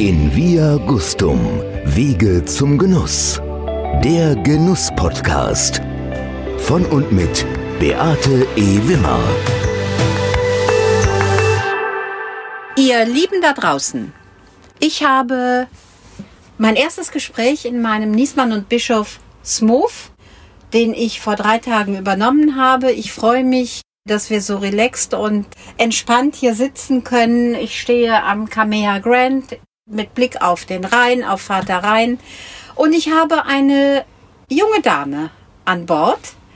In Via Gustum, Wege zum Genuss. Der Genuss-Podcast. Von und mit Beate E. Wimmer. Ihr Lieben da draußen, ich habe mein erstes Gespräch in meinem Niesmann und Bischof Smooth, den ich vor 3 Tagen übernommen habe. Ich freue mich, dass wir so relaxed und entspannt hier sitzen können. Ich stehe am Kamea Grand mit Blick auf den Rhein, auf Vater Rhein. Und ich habe eine junge Dame an Bord.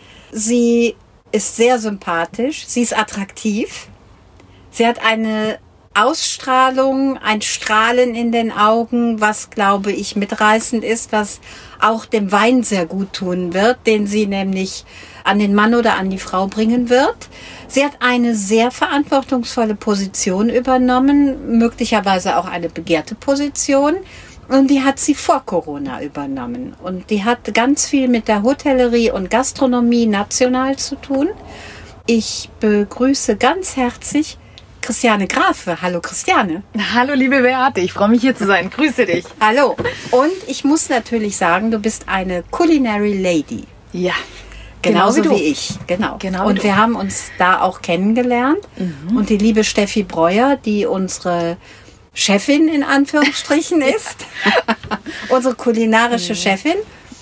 Sie ist sehr sympathisch, sie ist attraktiv. Sie hat eine Ausstrahlung, ein Strahlen in den Augen, was, glaube ich, mitreißend ist, was auch dem Wein sehr gut tun wird, den sie nämlich an den Mann oder an die Frau bringen wird. Sie hat eine sehr verantwortungsvolle Position übernommen, möglicherweise auch eine begehrte Position. Und die hat sie vor Corona übernommen. Und die hat ganz viel mit der Hotellerie und Gastronomie national zu tun. Ich begrüße ganz herzlich Christiane Grafe. Hallo Christiane. Hallo liebe Beate, ich freue mich hier zu sein. Grüße dich. Hallo. Und ich muss natürlich sagen, du bist eine Culinary Lady. Ja. Genauso wie ich. Genau. Und wir haben uns da auch kennengelernt. Und die liebe Steffi Breuer, die unsere Chefin in Anführungsstrichen ist, unsere kulinarische Chefin,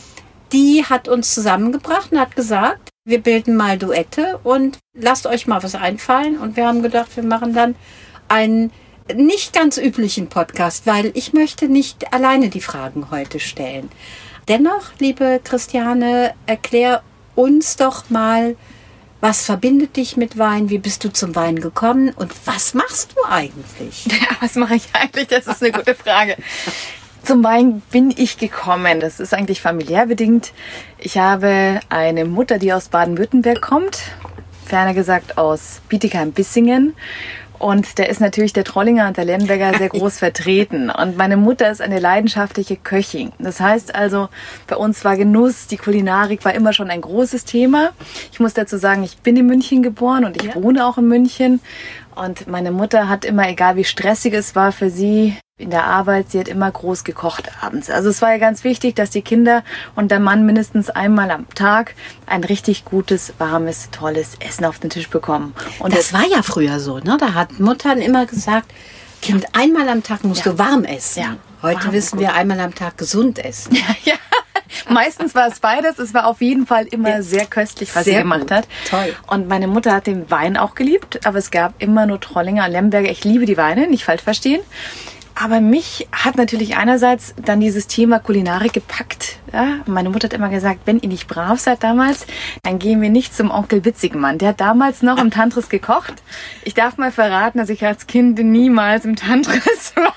die hat uns zusammengebracht und hat gesagt, wir bilden mal Duette und lasst euch mal was einfallen. Und wir haben gedacht, wir machen dann einen nicht ganz üblichen Podcast, weil ich möchte nicht alleine die Fragen heute stellen. Dennoch, liebe Christiane, erklär uns doch mal, was verbindet dich mit Wein? Wie bist du zum Wein gekommen? Und was machst du eigentlich? Ja, was mache ich eigentlich? Das ist eine gute Frage. Zum Wein bin ich gekommen. Das ist eigentlich familiär bedingt. Ich habe eine Mutter, die aus Baden-Württemberg kommt. Ferner gesagt aus Bietigheim-Bissingen. Und da ist natürlich der Trollinger und der Lemberger sehr groß vertreten. Und meine Mutter ist eine leidenschaftliche Köchin. Das heißt also, bei uns war Genuss, die Kulinarik war immer schon ein großes Thema. Ich muss dazu sagen, ich bin in München geboren und ich wohne auch in München. Und meine Mutter hat immer, egal wie stressig es war für sie in der Arbeit, sie hat immer groß gekocht abends. Also es war ja ganz wichtig, dass die Kinder und der Mann mindestens einmal am Tag ein richtig gutes, warmes, tolles Essen auf den Tisch bekommen. Und das war ja früher so, ne? Da hat Muttern immer gesagt, Kind, einmal am Tag musst du warm essen. Ja. Heute wissen wir, einmal am Tag gesund essen. Ja. Meistens war es beides. Es war auf jeden Fall immer sehr köstlich, was sie gemacht hat. Toll. Und meine Mutter hat den Wein auch geliebt, aber es gab immer nur Trollinger und Lemberger. Ich liebe die Weine, nicht falsch verstehen. Aber mich hat natürlich einerseits dann dieses Thema Kulinarik gepackt. Ja? Meine Mutter hat immer gesagt, wenn ihr nicht brav seid damals, dann gehen wir nicht zum Onkel Witzigmann. Der hat damals noch im Tantris gekocht. Ich darf mal verraten, dass ich als Kind niemals im Tantris war.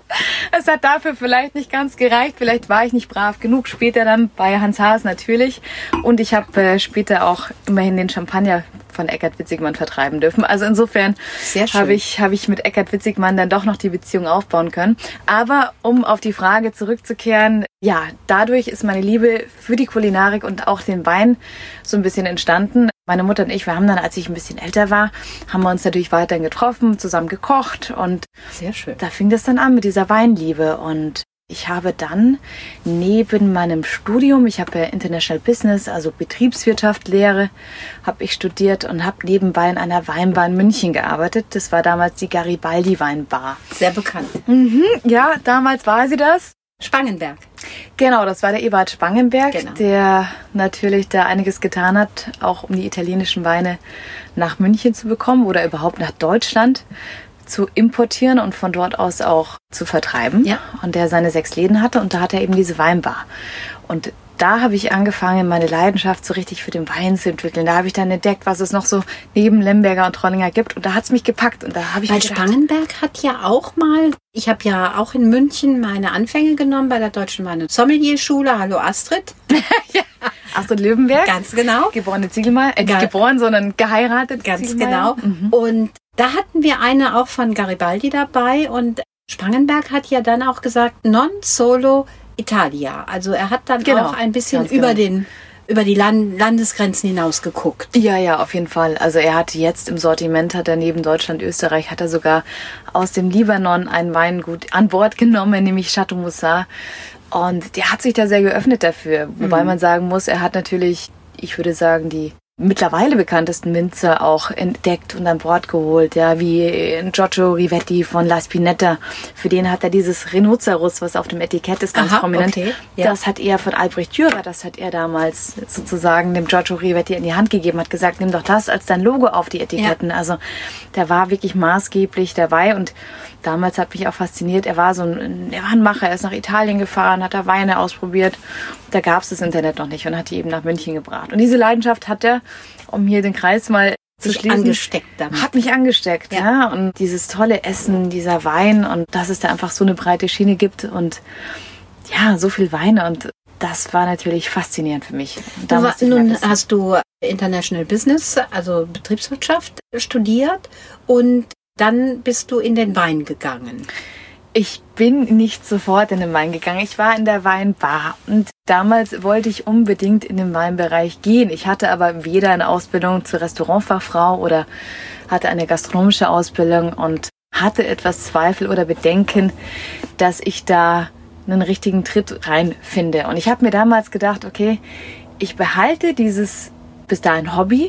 Es hat dafür vielleicht nicht ganz gereicht. Vielleicht war ich nicht brav genug. Später dann bei Hans Haas natürlich. Und ich habe später auch immerhin den Champagner von Eckart Witzigmann vertreiben dürfen. Also insofern habe ich mit Eckart Witzigmann dann doch noch die Beziehung aufbauen können. Aber um auf die Frage zurückzukehren, ja, dadurch ist meine Liebe für die Kulinarik und auch den Wein so ein bisschen entstanden. Meine Mutter und ich, wir haben dann, als ich ein bisschen älter war, haben wir uns natürlich weiterhin getroffen, zusammen gekocht und sehr schön. Da fing das dann an mit dieser Weinliebe und ich habe dann neben meinem Studium, ich habe ja International Business, also Betriebswirtschaft, Lehre, habe ich studiert und habe nebenbei in einer Weinbar in München gearbeitet. Das war damals die Garibaldi Weinbar. Sehr bekannt. Ja, damals war sie das. Spangenberg. Genau, das war der Eberhard Spangenberg, der natürlich da einiges getan hat, auch um die italienischen Weine nach München zu bekommen oder überhaupt nach Deutschland zu importieren und von dort aus auch zu vertreiben. Ja. Und der seine 6 Läden hatte und da hat er eben diese Weinbar. Und da habe ich angefangen, meine Leidenschaft so richtig für den Wein zu entwickeln. Da habe ich dann entdeckt, was es noch so neben Lemberger und Trollinger gibt. Und da hat es mich gepackt. Und da habe ich Weil Spangenberg hat ja auch mal, ich habe ja auch in München meine Anfänge genommen bei der Deutschen Wein- und Sommelier-Schule. Hallo Astrid. Ja. Astrid Löwenberg. Ganz genau. Geborene Ziegelmeier. Nicht geboren, sondern geheiratet. Ganz genau. Und da hatten wir eine auch von Garibaldi dabei. Und Spangenberg hat ja dann auch gesagt, non solo Italia. Also er hat dann auch ein bisschen über den über die Landesgrenzen hinaus geguckt. Ja, auf jeden Fall. Also er hat jetzt im Sortiment, hat er neben Deutschland, Österreich, hat er sogar aus dem Libanon ein Weingut an Bord genommen, nämlich Chateau Moussard. Und der hat sich da sehr geöffnet dafür. Wobei man sagen muss, er hat natürlich, ich würde sagen, die mittlerweile bekanntesten Winzer auch entdeckt und an Bord geholt, ja, wie Giorgio Rivetti von La Spinetta. Für den hat er dieses Rhinoceros, was auf dem Etikett ist, ganz prominent. Okay, ja. Das hat er von Albrecht Dürer, das hat er damals sozusagen dem Giorgio Rivetti in die Hand gegeben, hat gesagt, nimm doch das als dein Logo auf die Etiketten. Ja. Also der war wirklich maßgeblich dabei und damals hat mich auch fasziniert, er war ein Macher, er ist nach Italien gefahren, hat da Weine ausprobiert. Da gab es das Internet noch nicht und hat die eben nach München gebracht. Und diese Leidenschaft hat er, um hier den Kreis mal zu schließen, hat mich angesteckt. Ja. Und dieses tolle Essen, dieser Wein und dass es da einfach so eine breite Schiene gibt und ja, so viel Weine und das war natürlich faszinierend für mich. Nun hast du International Business, also Betriebswirtschaft studiert und dann bist du in den Wein gegangen. Ich bin nicht sofort in den Wein gegangen. Ich war in der Weinbar und damals wollte ich unbedingt in den Weinbereich gehen. Ich hatte aber weder eine Ausbildung zur Restaurantfachfrau oder hatte eine gastronomische Ausbildung und hatte etwas Zweifel oder Bedenken, dass ich da einen richtigen Tritt reinfinde. Und ich habe mir damals gedacht, okay, ich behalte dieses bis dahin Hobby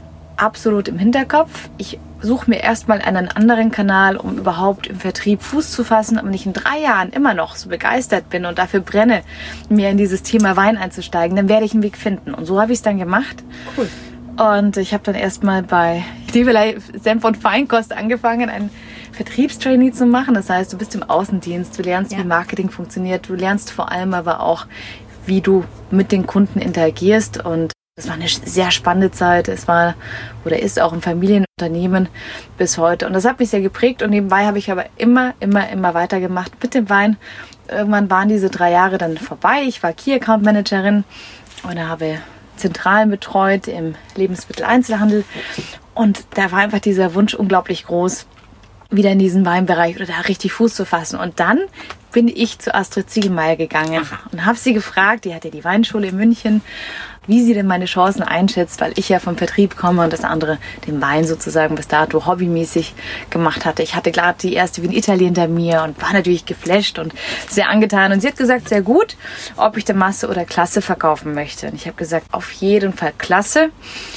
absolut im Hinterkopf. Ich suche mir erstmal einen anderen Kanal, um überhaupt im Vertrieb Fuß zu fassen. Und wenn ich in 3 Jahren immer noch so begeistert bin und dafür brenne, mir in dieses Thema Wein einzusteigen, dann werde ich einen Weg finden. Und so habe ich es dann gemacht. Cool. Und ich habe dann erstmal bei Stiefelei Senf und Feinkost angefangen, ein Vertriebstrainee zu machen. Das heißt, du bist im Außendienst, du lernst, wie Marketing funktioniert, du lernst vor allem aber auch, wie du mit den Kunden interagierst. Und es war eine sehr spannende Zeit. Es war oder ist auch ein Familienunternehmen bis heute. Und das hat mich sehr geprägt. Und nebenbei habe ich aber immer weitergemacht mit dem Wein. Irgendwann waren diese 3 Jahre dann vorbei. Ich war Key Account Managerin und habe Zentralen betreut im Lebensmitteleinzelhandel. Und da war einfach dieser Wunsch unglaublich groß, wieder in diesen Weinbereich oder da richtig Fuß zu fassen. Und dann bin ich zu Astrid Ziegelmeier gegangen und habe sie gefragt, die hat ja die Weinschule in München, wie sie denn meine Chancen einschätzt, weil ich ja vom Vertrieb komme und das andere den Wein sozusagen bis dato hobbymäßig gemacht hatte. Ich hatte gerade die erste Wien Italy hinter mir und war natürlich geflasht und sehr angetan. Und sie hat gesagt, sehr gut, ob ich der Masse oder Klasse verkaufen möchte. Und ich habe gesagt, auf jeden Fall Klasse.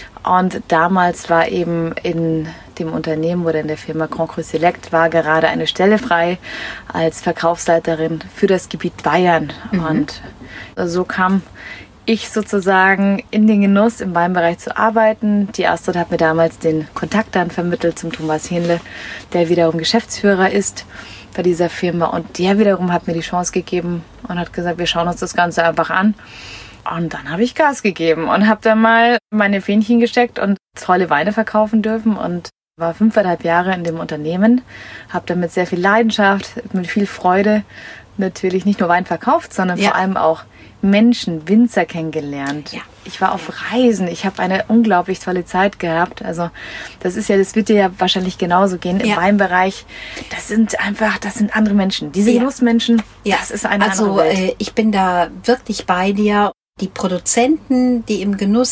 Und damals war eben in dem Unternehmen oder in der Firma Grand Cru Select war gerade eine Stelle frei als Verkaufsleiterin für das Gebiet Bayern. Und so kam ich sozusagen in den Genuss, im Weinbereich zu arbeiten. Die Astrid hat mir damals den Kontakt dann vermittelt zum Thomas Hähnle, der wiederum Geschäftsführer ist bei dieser Firma. Und der wiederum hat mir die Chance gegeben und hat gesagt, wir schauen uns das Ganze einfach an. Und dann habe ich Gas gegeben und habe dann mal meine Fähnchen gesteckt und tolle Weine verkaufen dürfen und war 5,5 Jahre in dem Unternehmen, habe dann mit sehr viel Leidenschaft, mit viel Freude natürlich nicht nur Wein verkauft, sondern vor allem auch Menschen, Winzer kennengelernt. Ja. Ich war auf Reisen, ich habe eine unglaublich tolle Zeit gehabt. Also das wird dir ja wahrscheinlich genauso gehen im Weinbereich. Das sind andere Menschen. Diese Genussmenschen, das ist eine andere Welt. Also ich bin da wirklich bei dir. Die Produzenten, die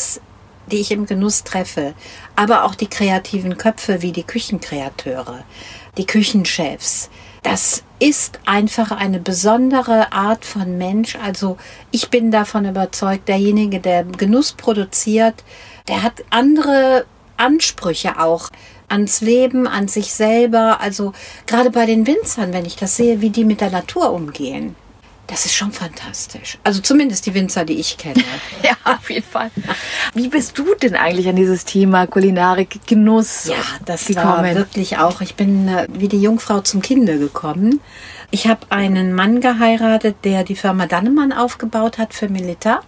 ich im Genuss treffe, aber auch die kreativen Köpfe wie die Küchenkreateure, die Küchenchefs, das ist einfach eine besondere Art von Mensch. Also ich bin davon überzeugt, derjenige, der Genuss produziert, der hat andere Ansprüche auch ans Leben, an sich selber. Also gerade bei den Winzern, wenn ich das sehe, wie die mit der Natur umgehen. Das ist schon fantastisch. Also zumindest die Winzer, die ich kenne. Ja, auf jeden Fall. Wie bist du denn eigentlich an dieses Thema Kulinarik, Genuss gekommen? War wirklich auch. Ich bin wie die Jungfrau zum Kinde gekommen. Ich habe einen Mann geheiratet, der die Firma Dannemann aufgebaut hat für Melitta.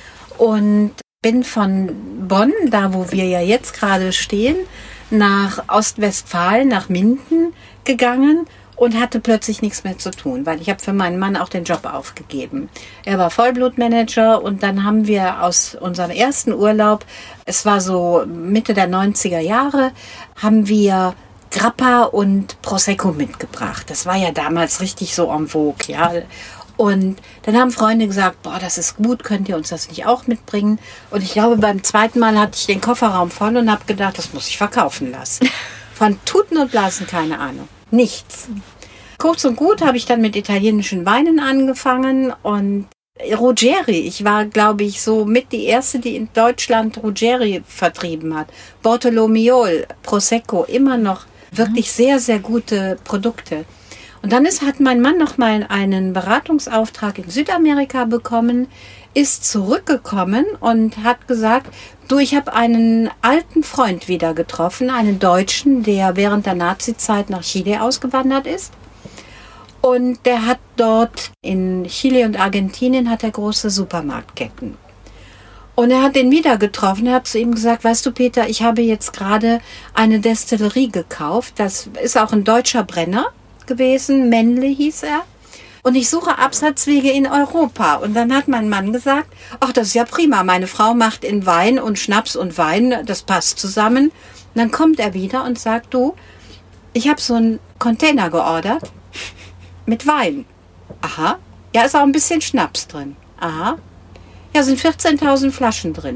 Und bin von Bonn, da wo wir ja jetzt gerade stehen, nach Ostwestfalen, nach Minden gegangen. Und hatte plötzlich nichts mehr zu tun, weil ich habe für meinen Mann auch den Job aufgegeben. Er war Vollblutmanager und dann haben wir aus unserem ersten Urlaub, es war so Mitte der 90er Jahre, haben wir Grappa und Prosecco mitgebracht. Das war ja damals richtig so en vogue, ja. Und dann haben Freunde gesagt, boah, das ist gut, könnt ihr uns das nicht auch mitbringen? Und ich glaube, beim zweiten Mal hatte ich den Kofferraum voll und habe gedacht, das muss ich verkaufen lassen. Von Tuten und Blasen keine Ahnung. Nichts. Kurz und gut habe ich dann mit italienischen Weinen angefangen und Ruggeri. Ich war, glaube ich, so mit die erste, die in Deutschland Ruggeri vertrieben hat. Bartolomiol, Prosecco, immer noch wirklich sehr, sehr gute Produkte. Und dann hat mein Mann noch mal einen Beratungsauftrag in Südamerika bekommen, ist zurückgekommen und hat gesagt, du, ich habe einen alten Freund wieder getroffen, einen Deutschen, der während der Nazizeit nach Chile ausgewandert ist. Und der hat dort in Chile und Argentinien hat er große Supermarktketten. Und er hat ihn wieder getroffen. Er hat zu ihm gesagt, weißt du Peter, ich habe jetzt gerade eine Destillerie gekauft. Das ist auch ein deutscher Brenner gewesen. Männle hieß er. Und ich suche Absatzwege in Europa. Und dann hat mein Mann gesagt, ach, das ist ja prima. Meine Frau macht in Wein und Schnaps und Wein, das passt zusammen. Und dann kommt er wieder und sagt, du, ich habe so einen Container geordert mit Wein. Aha. Ja, ist auch ein bisschen Schnaps drin. Aha. Ja, sind 14.000 Flaschen drin.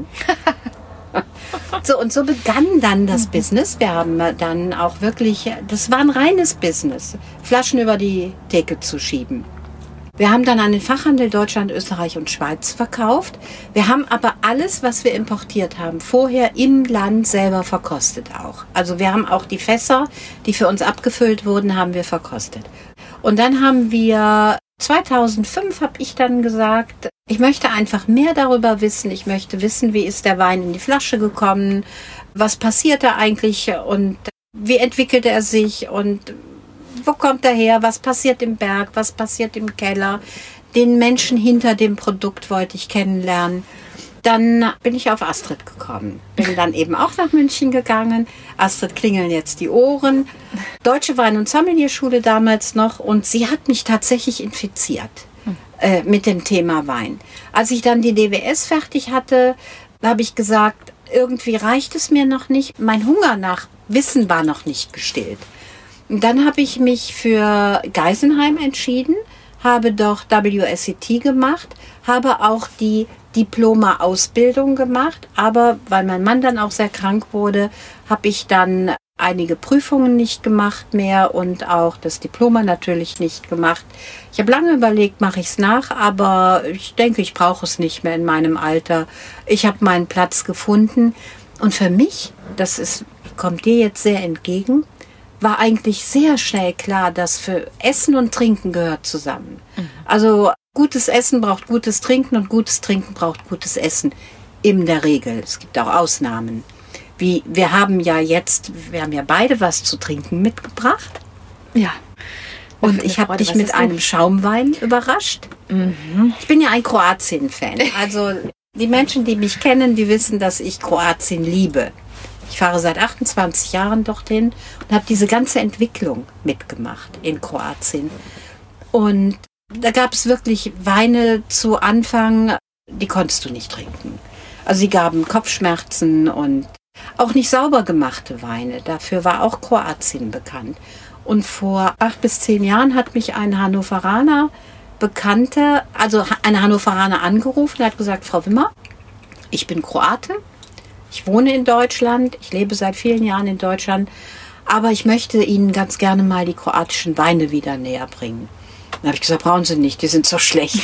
So, und so begann dann das Business. Wir haben dann auch wirklich, das war ein reines Business, Flaschen über die Theke zu schieben. Wir haben dann an den Fachhandel Deutschland, Österreich und Schweiz verkauft. Wir haben aber alles, was wir importiert haben, vorher im Land selber verkostet auch. Also wir haben auch die Fässer, die für uns abgefüllt wurden, haben wir verkostet. Und dann haben wir 2005 habe ich dann gesagt, ich möchte einfach mehr darüber wissen. Ich möchte wissen, wie ist der Wein in die Flasche gekommen, was passiert da eigentlich und wie entwickelt er sich und wo kommt er her, was passiert im Berg, was passiert im Keller. Den Menschen hinter dem Produkt wollte ich kennenlernen. Dann bin ich auf Astrid gekommen. Bin dann eben auch nach München gegangen. Astrid klingeln jetzt die Ohren. Deutsche Wein- und Sommelierschule damals noch. Und sie hat mich tatsächlich infiziert mit dem Thema Wein. Als ich dann die DWS fertig hatte, habe ich gesagt, irgendwie reicht es mir noch nicht. Mein Hunger nach Wissen war noch nicht gestillt. Und dann habe ich mich für Geisenheim entschieden, habe dort WSET gemacht, habe auch die Diploma-Ausbildung gemacht, aber weil mein Mann dann auch sehr krank wurde, habe ich dann einige Prüfungen nicht gemacht mehr und auch das Diploma natürlich nicht gemacht. Ich habe lange überlegt, mache ich es nach, aber ich denke, ich brauche es nicht mehr in meinem Alter. Ich habe meinen Platz gefunden und für mich, kommt dir jetzt sehr entgegen, war eigentlich sehr schnell klar, dass für Essen und Trinken gehört zusammen. Also gutes Essen braucht gutes Trinken und gutes Trinken braucht gutes Essen. In der Regel. Es gibt auch Ausnahmen. Wir haben ja beide was zu trinken mitgebracht. Ja. Und ich habe dich mit einem Schaumwein überrascht. Mhm. Ich bin ja ein Kroatien-Fan. Also die Menschen, die mich kennen, die wissen, dass ich Kroatien liebe. Ich fahre seit 28 Jahren dorthin und habe diese ganze Entwicklung mitgemacht in Kroatien. Und da gab es wirklich Weine zu Anfang, die konntest du nicht trinken. Also sie gaben Kopfschmerzen und auch nicht sauber gemachte Weine. Dafür war auch Kroatien bekannt. Und vor 8 bis 10 Jahren hat mich ein Hannoveraner Bekannter, also eine Hannoveraner angerufen und hat gesagt, Frau Wimmer, ich bin Kroate, ich wohne in Deutschland, ich lebe seit vielen Jahren in Deutschland, aber ich möchte Ihnen ganz gerne mal die kroatischen Weine wieder näher bringen. Dann habe ich gesagt, brauchen Sie nicht, die sind so schlecht.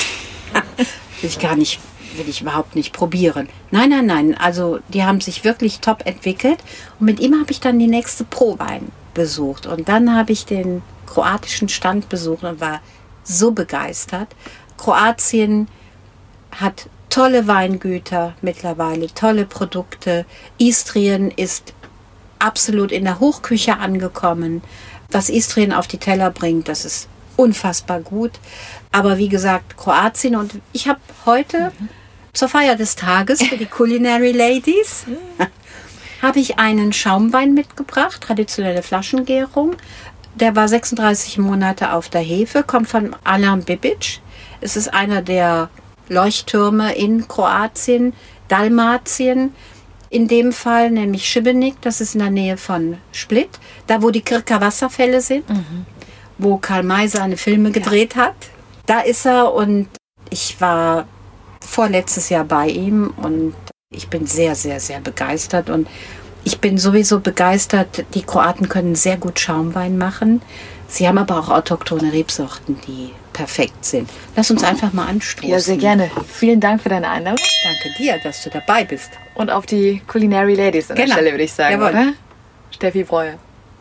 Will ich überhaupt nicht probieren. Nein, also die haben sich wirklich top entwickelt und mit ihm habe ich dann die nächste Prowein besucht und dann habe ich den kroatischen Stand besucht und war so begeistert. Kroatien hat tolle Weingüter mittlerweile, tolle Produkte. Istrien ist absolut in der Hochküche angekommen. Was Istrien auf die Teller bringt, das ist unfassbar gut. Aber wie gesagt, Kroatien und ich habe heute zur Feier des Tages für die Culinary Ladies habe ich einen Schaumwein mitgebracht, traditionelle Flaschengärung. Der war 36 Monate auf der Hefe, kommt von Alain Bibic. Es ist einer der Leuchttürme in Kroatien, Dalmatien. In dem Fall nämlich Šibenik, das ist in der Nähe von Split, da wo die Krka Wasserfälle sind, wo Karl May seine Filme gedreht hat. Da ist er und ich war vorletztes Jahr bei ihm und ich bin sehr, sehr, sehr begeistert und ich bin sowieso begeistert, die Kroaten können sehr gut Schaumwein machen. Sie haben aber auch autochthone Rebsorten, die perfekt sind. Lass uns einfach mal anstoßen. Ja, sehr gerne. Vielen Dank für deine Einladung. Danke dir, dass du dabei bist. Und auf die Culinary Ladies an der Stelle, würde ich sagen, Jawohl. oder? Steffi Breuer.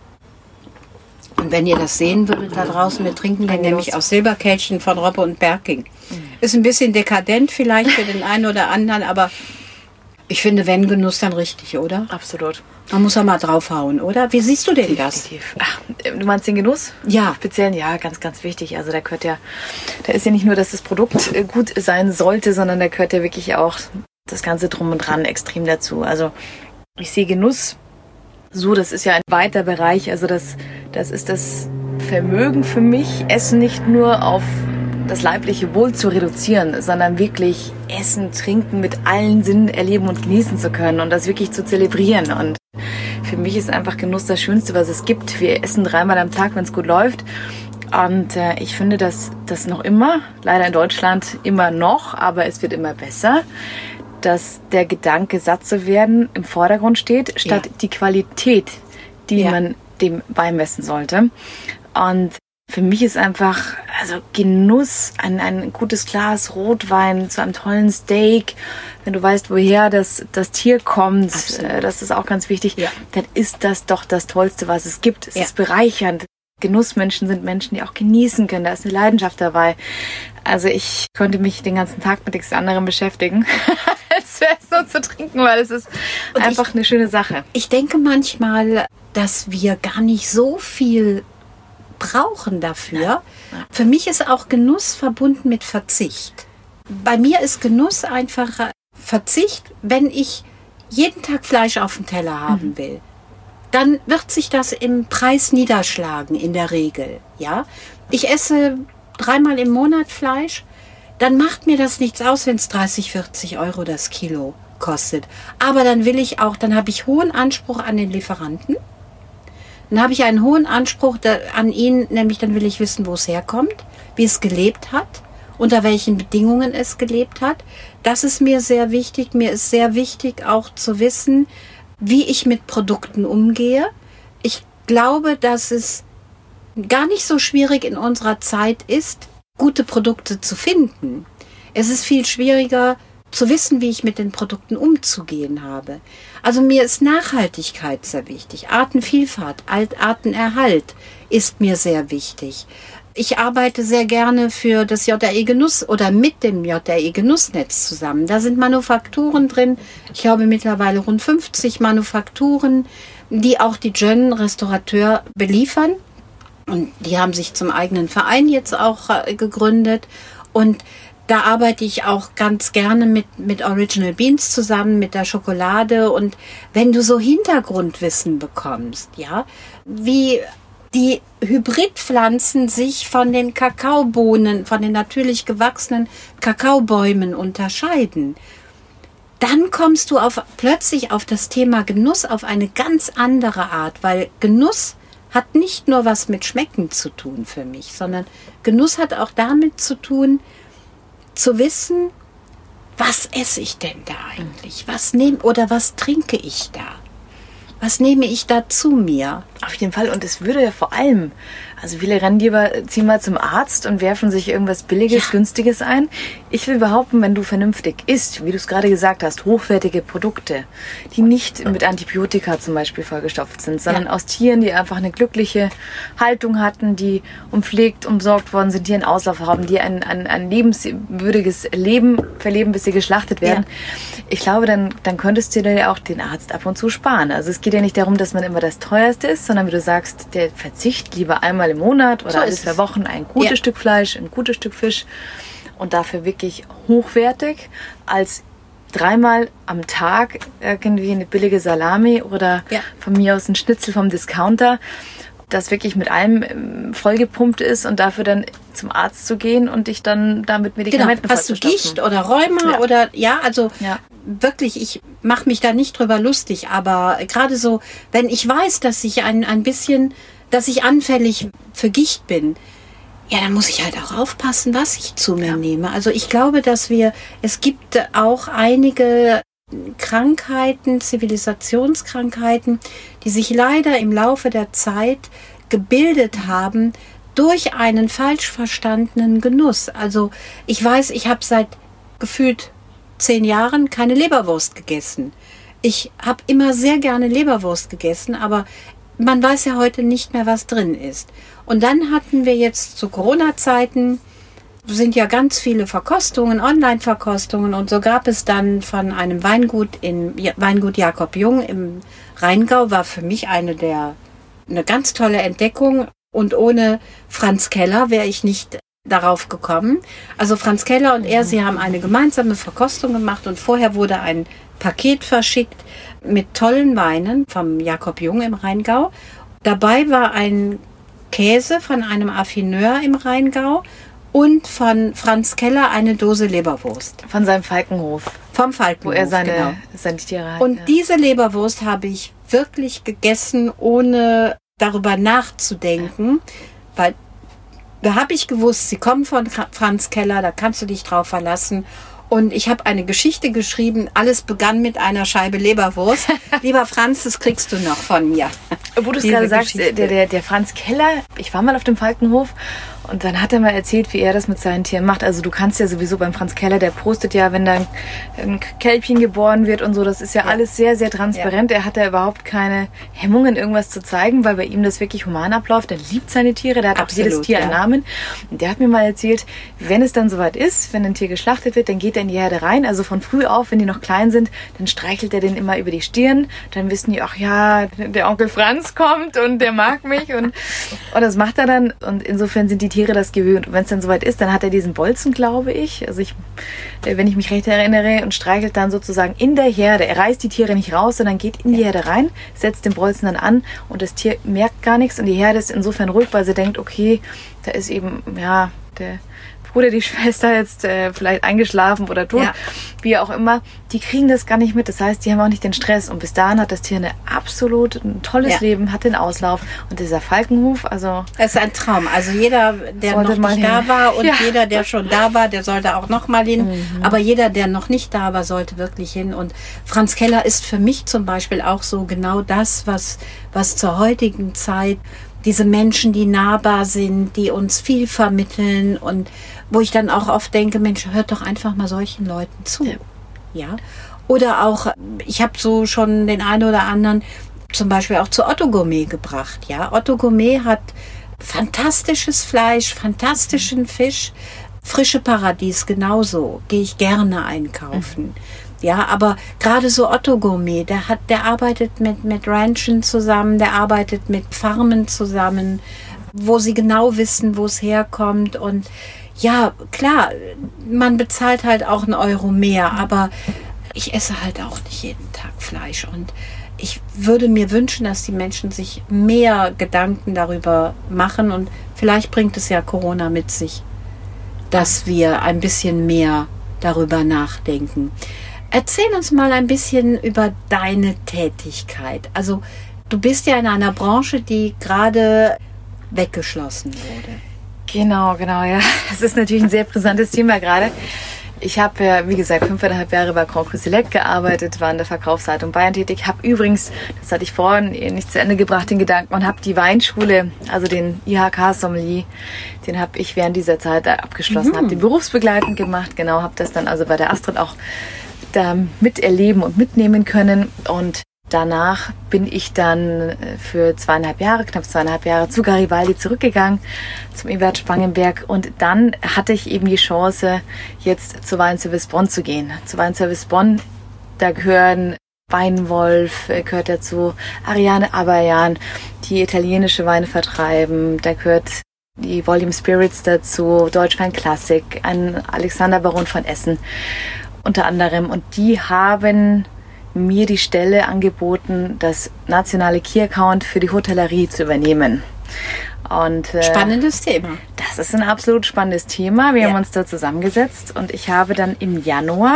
Und wenn ihr das sehen würdet da draußen, wir trinken den nämlich aus Silberkelchen von Robbe und Berking. Ist ein bisschen dekadent vielleicht für den einen oder anderen, aber ich finde, wenn Genuss, dann richtig, oder? Absolut. Man muss ja mal draufhauen, oder? Wie siehst du denn das? Definitiv. Ach, du meinst den Genuss? Ja. Speziell, ja, ganz, ganz wichtig. Also da ist ja nicht nur, dass das Produkt gut sein sollte, sondern da gehört ja wirklich auch das Ganze drum und dran extrem dazu. Also ich sehe Genuss so, das ist ja ein weiter Bereich. Also das ist das Vermögen für mich, Essen nicht nur auf das leibliche Wohl zu reduzieren, sondern wirklich essen, trinken, mit allen Sinnen erleben und genießen zu können und das wirklich zu zelebrieren. Und für mich ist einfach Genuss das Schönste, was es gibt. Wir essen 3-mal am Tag, wenn es gut läuft. Und ich finde, dass das noch immer, leider in Deutschland immer noch, aber es wird immer besser, dass der Gedanke, satt zu werden, im Vordergrund steht, statt die Qualität, die man dem beimessen sollte. Und für mich ist einfach, also Genuss, ein gutes Glas Rotwein zu einem tollen Steak, wenn du weißt, woher das Tier kommt, das ist auch ganz wichtig, dann ist das doch das Tollste, was es gibt. Es ist bereichernd. Genussmenschen sind Menschen, die auch genießen können. Da ist eine Leidenschaft dabei. Also ich könnte mich den ganzen Tag mit nichts anderem beschäftigen, als Essen und zu trinken, weil es ist einfach eine schöne Sache. Ich denke manchmal, dass wir gar nicht so viel brauchen dafür. Ja. Für mich ist auch Genuss verbunden mit Verzicht. Bei mir ist Genuss einfach Verzicht, wenn ich jeden Tag Fleisch auf dem Teller haben will. Dann wird sich das im Preis niederschlagen, in der Regel. Ja? Ich esse 3-mal im Monat Fleisch, dann macht mir das nichts aus, wenn es 30, 40 Euro das Kilo kostet. Aber dann habe ich hohen Anspruch an den Lieferanten. Dann habe ich einen hohen Anspruch an ihn, nämlich dann will ich wissen, wo es herkommt, wie es gelebt hat, unter welchen Bedingungen es gelebt hat. Das ist mir sehr wichtig. Mir ist sehr wichtig auch zu wissen, wie ich mit Produkten umgehe. Ich glaube, dass es gar nicht so schwierig in unserer Zeit ist, gute Produkte zu finden. Es ist viel schwieriger zu wissen, wie ich mit den Produkten umzugehen habe. Also mir ist Nachhaltigkeit sehr wichtig. Artenvielfalt, Artenerhalt ist mir sehr wichtig. Ich arbeite sehr gerne für das JRE Genuss oder mit dem JRE Genussnetz zusammen. Da sind Manufakturen drin. Ich habe mittlerweile rund 50 Manufakturen, die auch die Jön Restaurateur beliefern. Und die haben sich zum eigenen Verein jetzt auch gegründet. Und da arbeite ich auch ganz gerne mit Original Beans zusammen, mit der Schokolade. Und wenn du so Hintergrundwissen bekommst, ja, wie die Hybridpflanzen sich von den Kakaobohnen, von den natürlich gewachsenen Kakaobäumen unterscheiden, dann kommst du plötzlich auf das Thema Genuss auf eine ganz andere Art, weil Genuss hat nicht nur was mit Schmecken zu tun für mich, sondern Genuss hat auch damit zu tun, zu wissen, was esse ich denn da eigentlich? Was trinke ich da? Was nehme ich da zu mir? Auf jeden Fall. Und es würde ja vor allem, also viele rennen ziehen mal zum Arzt und werfen sich irgendwas Billiges, Günstiges ein. Ich will behaupten, wenn du vernünftig isst, wie du es gerade gesagt hast, hochwertige Produkte, die nicht mit Antibiotika zum Beispiel vollgestopft sind, sondern aus Tieren, die einfach eine glückliche Haltung hatten, die umpflegt, umsorgt worden sind, die einen Auslauf haben, die ein lebenswürdiges Leben verleben, bis sie geschlachtet werden. Ja. Ich glaube, dann könntest du dir ja auch den Arzt ab und zu sparen. Also es geht ja nicht darum, dass man immer das Teuerste ist, sondern wie du sagst, der Verzicht lieber einmal im Monat oder alle 2 Wochen ein gutes Stück Fleisch, ein gutes Stück Fisch und dafür wirklich hochwertig, als 3-mal am Tag irgendwie eine billige Salami oder von mir aus ein Schnitzel vom Discounter, das wirklich mit allem vollgepumpt ist und dafür dann zum Arzt zu gehen und dich dann damit Medikamenten Hast du Gicht oder Rheuma oder wirklich, ich mache mich da nicht drüber lustig, aber gerade so, wenn ich weiß, dass ich dass ich anfällig für Gicht bin, ja, dann muss ich halt auch aufpassen, was ich zu mir nehme. Also ich glaube, es gibt auch einige Krankheiten, Zivilisationskrankheiten, die sich leider im Laufe der Zeit gebildet haben durch einen falsch verstandenen Genuss. Also ich weiß, ich habe seit gefühlt 10 Jahren keine Leberwurst gegessen. Ich habe immer sehr gerne Leberwurst gegessen, aber man weiß ja heute nicht mehr, was drin ist. Und dann hatten wir jetzt zu Corona-Zeiten, sind ja ganz viele Verkostungen, Online-Verkostungen, und so gab es dann von einem Weingut Jakob Jung im Rheingau, war für mich eine ganz tolle Entdeckung, und ohne Franz Keller wäre ich nicht darauf gekommen. Also Franz Keller und er, sie haben eine gemeinsame Verkostung gemacht, und vorher wurde ein Paket verschickt mit tollen Weinen vom Jakob Jung im Rheingau. Dabei war ein Käse von einem Affineur im Rheingau und von Franz Keller eine Dose Leberwurst. Von seinem Falkenhof. Vom Falkenhof, wo er genau. seine Tiere hat. Und diese Leberwurst habe ich wirklich gegessen, ohne darüber nachzudenken, weil da habe ich gewusst, sie kommen von Franz Keller, da kannst du dich drauf verlassen. Und ich habe eine Geschichte geschrieben, alles begann mit einer Scheibe Leberwurst. Lieber Franz, das kriegst du noch von mir. Wo du es gerade sagst, der Franz Keller, ich war mal auf dem Falkenhof, und dann hat er mal erzählt, wie er das mit seinen Tieren macht. Also du kannst ja sowieso beim Franz Keller, der postet ja, wenn da ein Kälbchen geboren wird und so, das ist ja alles sehr, sehr transparent. Ja. Er hat da überhaupt keine Hemmungen, irgendwas zu zeigen, weil bei ihm das wirklich human abläuft. Er liebt seine Tiere, der hat absolut, auch jedes Tier einen Namen. Und der hat mir mal erzählt, wenn es dann soweit ist, wenn ein Tier geschlachtet wird, dann geht er in die Herde rein. Also von früh auf, wenn die noch klein sind, dann streichelt er den immer über die Stirn. Dann wissen die, ach ja, der Onkel Franz kommt und der mag mich. Und das macht er dann. Und insofern sind die Tiere das gewöhnt. Und wenn es dann soweit ist, dann hat er diesen Bolzen, glaube ich. Also wenn ich mich recht erinnere, und streichelt dann sozusagen in der Herde. Er reißt die Tiere nicht raus, sondern geht in die Herde rein, setzt den Bolzen dann an, und das Tier merkt gar nichts, und die Herde ist insofern ruhig, weil sie denkt, okay, da ist eben, ja, der Bruder, die Schwester jetzt vielleicht eingeschlafen oder tot, wie auch immer, die kriegen das gar nicht mit. Das heißt, die haben auch nicht den Stress. Und bis dahin hat das Tier ein tolles Leben, hat den Auslauf. Und dieser Falkenhof, also... Es ist ein Traum. Also jeder, der noch nicht da war, und jeder, der schon da war, der sollte auch noch mal hin. Aber jeder, der noch nicht da war, sollte wirklich hin. Und Franz Keller ist für mich zum Beispiel auch so genau das, was zur heutigen Zeit, diese Menschen, die nahbar sind, die uns viel vermitteln, und wo ich dann auch oft denke, Mensch, hört doch einfach mal solchen Leuten zu. Ja. Oder auch, ich habe so schon den einen oder anderen zum Beispiel auch zu Otto Gourmet gebracht. Ja, Otto Gourmet hat fantastisches Fleisch, fantastischen Fisch, frische Paradies genauso. Gehe ich gerne einkaufen. Ja, aber gerade so Otto Gourmet, der arbeitet mit Ranchen zusammen, der arbeitet mit Farmen zusammen, wo sie genau wissen, wo es herkommt. Und ja, klar, man bezahlt halt auch 1 Euro mehr, aber ich esse halt auch nicht jeden Tag Fleisch. Und ich würde mir wünschen, dass die Menschen sich mehr Gedanken darüber machen, und vielleicht bringt es ja Corona mit sich, dass wir ein bisschen mehr darüber nachdenken. Erzähl uns mal ein bisschen über deine Tätigkeit. Also du bist ja in einer Branche, die gerade weggeschlossen wurde. Genau, ja. Das ist natürlich ein sehr brisantes Thema gerade. Ich habe ja, wie gesagt, 5,5 Jahre bei Grand Cru Select gearbeitet, war in der Verkaufsleitung Bayern tätig, habe übrigens, das hatte ich vorhin nicht zu Ende gebracht, den Gedanken, und habe die Weinschule, also den IHK-Sommelier, den habe ich während dieser Zeit abgeschlossen, habe den berufsbegleitend gemacht, genau, habe das dann also bei der Astrid auch da miterleben und mitnehmen können, und danach bin ich dann für knapp 2,5 Jahre zu Garibaldi zurückgegangen, zum Ewert Spangenberg, und dann hatte ich eben die Chance, jetzt zu Weinservice Bonn zu gehen. Zu Weinservice Bonn, da gehören Weinwolf, gehört dazu Ariane Abayan, die italienische Weine vertreiben, da gehört die Volume Spirits dazu, Deutschwein Classic, ein Alexander Baron von Essen unter anderem, und die haben mir die Stelle angeboten, das nationale Key Account für die Hotellerie zu übernehmen. Und, spannendes Thema. Das ist ein absolut spannendes Thema. Wir haben uns da zusammengesetzt, und ich habe dann Ende Januar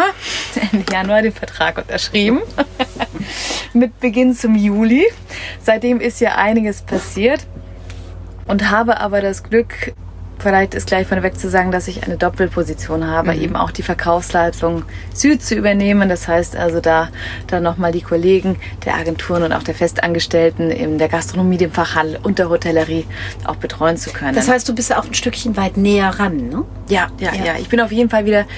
den Vertrag unterschrieben. Mit Beginn zum Juli. Seitdem ist ja einiges passiert, und habe aber das Glück, vielleicht ist gleich vorneweg zu sagen, dass ich eine Doppelposition habe, eben auch die Verkaufsleitung Süd zu übernehmen. Das heißt also, da dann nochmal die Kollegen der Agenturen und auch der Festangestellten in der Gastronomie, dem Fachhandel und der Hotellerie auch betreuen zu können. Das heißt, du bist auch ein Stückchen weit näher ran, ne? Ja. Ich bin auf jeden Fall wieder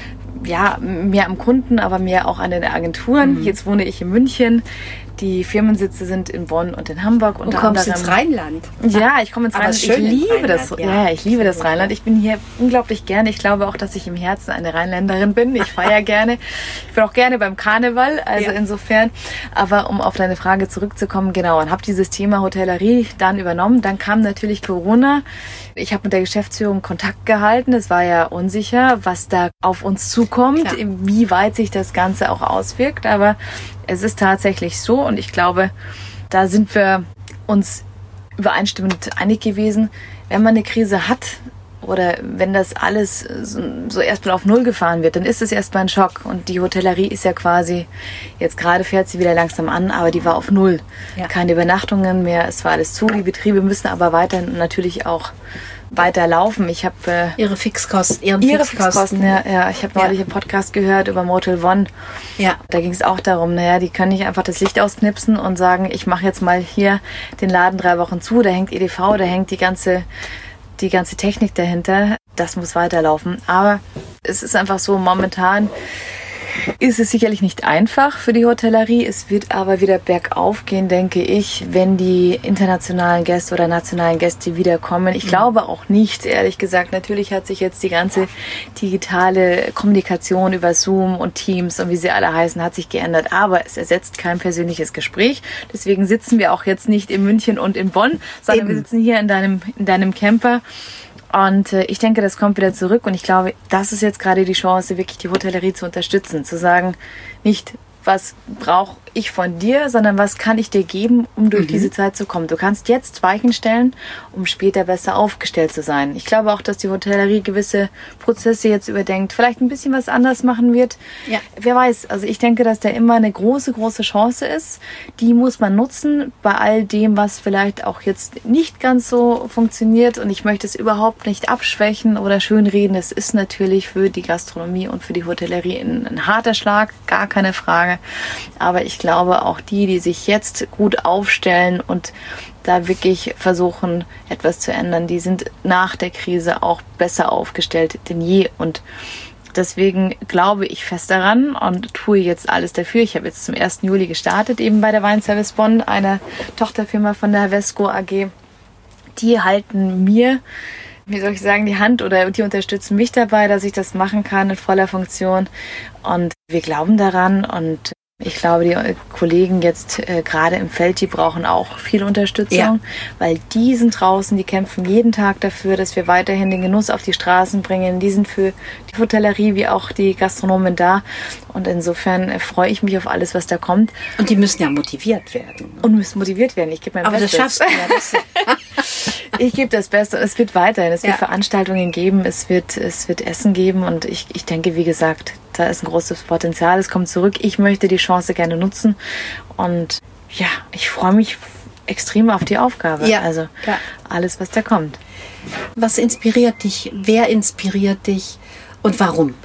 mehr am Kunden, aber mehr auch an den Agenturen. Jetzt wohne ich in München. Die Firmensitze sind in Bonn und in Hamburg. Du kommst ins Rheinland. Ja, ich komme ins Rheinland. Ich liebe das. Ja, ich liebe das Rheinland. Ich bin hier unglaublich gerne. Ich glaube auch, dass ich im Herzen eine Rheinländerin bin. Ich feiere gerne. Ich bin auch gerne beim Karneval. Also insofern. Aber um auf deine Frage zurückzukommen, genau. Und habe dieses Thema Hotellerie dann übernommen. Dann kam natürlich Corona. Ich habe mit der Geschäftsführung Kontakt gehalten. Es war ja unsicher, was da auf uns zukommt, wie weit sich das Ganze auch auswirkt. Aber es ist tatsächlich so und ich glaube, da sind wir uns übereinstimmend einig gewesen, wenn man eine Krise hat oder wenn das alles so erstmal auf Null gefahren wird, dann ist es erstmal ein Schock. Und die Hotellerie ist ja quasi, jetzt gerade fährt sie wieder langsam an, aber die war auf Null. Ja. Keine Übernachtungen mehr, es war alles zu. Die Betriebe müssen aber weiterhin natürlich auch weiterlaufen. Ich habe ihre Fixkosten. Ja. Ich habe neulich einen Podcast gehört über Motel One. Ja. Da ging es auch darum, die können nicht einfach das Licht ausknipsen und sagen, ich mache jetzt mal hier den Laden 3 Wochen zu, da hängt EDV, da hängt die ganze Technik dahinter. Das muss weiterlaufen. Aber es ist einfach so, momentan ist es sicherlich nicht einfach für die Hotellerie. Es wird aber wieder bergauf gehen, denke ich, wenn die internationalen Gäste oder nationalen Gäste wiederkommen. Ich glaube auch nicht, ehrlich gesagt. Natürlich hat sich jetzt die ganze digitale Kommunikation über Zoom und Teams und wie sie alle heißen, hat sich geändert. Aber es ersetzt kein persönliches Gespräch. Deswegen sitzen wir auch jetzt nicht in München und in Bonn, sondern wir sitzen hier in deinem Camper. Und ich denke, das kommt wieder zurück. Und ich glaube, das ist jetzt gerade die Chance, wirklich die Hotellerie zu unterstützen. Zu sagen, nicht, was brauche ich von dir, sondern was kann ich dir geben, um durch diese Zeit zu kommen. Du kannst jetzt Weichen stellen, um später besser aufgestellt zu sein. Ich glaube auch, dass die Hotellerie gewisse Prozesse jetzt überdenkt, vielleicht ein bisschen was anders machen wird. Ja. Wer weiß, also ich denke, dass da immer eine große, große Chance ist. Die muss man nutzen bei all dem, was vielleicht auch jetzt nicht ganz so funktioniert. Und ich möchte es überhaupt nicht abschwächen oder schönreden. Es ist natürlich für die Gastronomie und für die Hotellerie ein harter Schlag, gar keine Frage. Aber ich glaube, auch die sich jetzt gut aufstellen und da wirklich versuchen, etwas zu ändern, die sind nach der Krise auch besser aufgestellt denn je. Und deswegen glaube ich fest daran und tue jetzt alles dafür. Ich habe jetzt zum 1. Juli gestartet, eben bei der Weinservice Bonn, einer Tochterfirma von der Vesco AG. Die halten mir, wie soll ich sagen, die Hand oder die unterstützen mich dabei, dass ich das machen kann in voller Funktion. Und wir glauben daran und ich glaube, die Kollegen jetzt gerade im Feld, die brauchen auch viel Unterstützung, weil die sind draußen, die kämpfen jeden Tag dafür, dass wir weiterhin den Genuss auf die Straßen bringen. Die sind für die Hotellerie wie auch die Gastronomen da. Und insofern freue ich mich auf alles, was da kommt. Und die müssen ja motiviert werden. Und müssen motiviert werden. Ich gebe mein Bestes. Aber das schaffst du ja. Ich gebe das Beste. Es wird weiterhin. Es wird Veranstaltungen geben. Es wird Essen geben. Und ich denke, wie gesagt, da ist ein großes Potenzial. Es kommt zurück. Ich möchte die Chance gerne nutzen. Und ja, ich freue mich extrem auf die Aufgabe. Ja, also alles, was da kommt. Was inspiriert dich? Wer inspiriert dich? Und warum?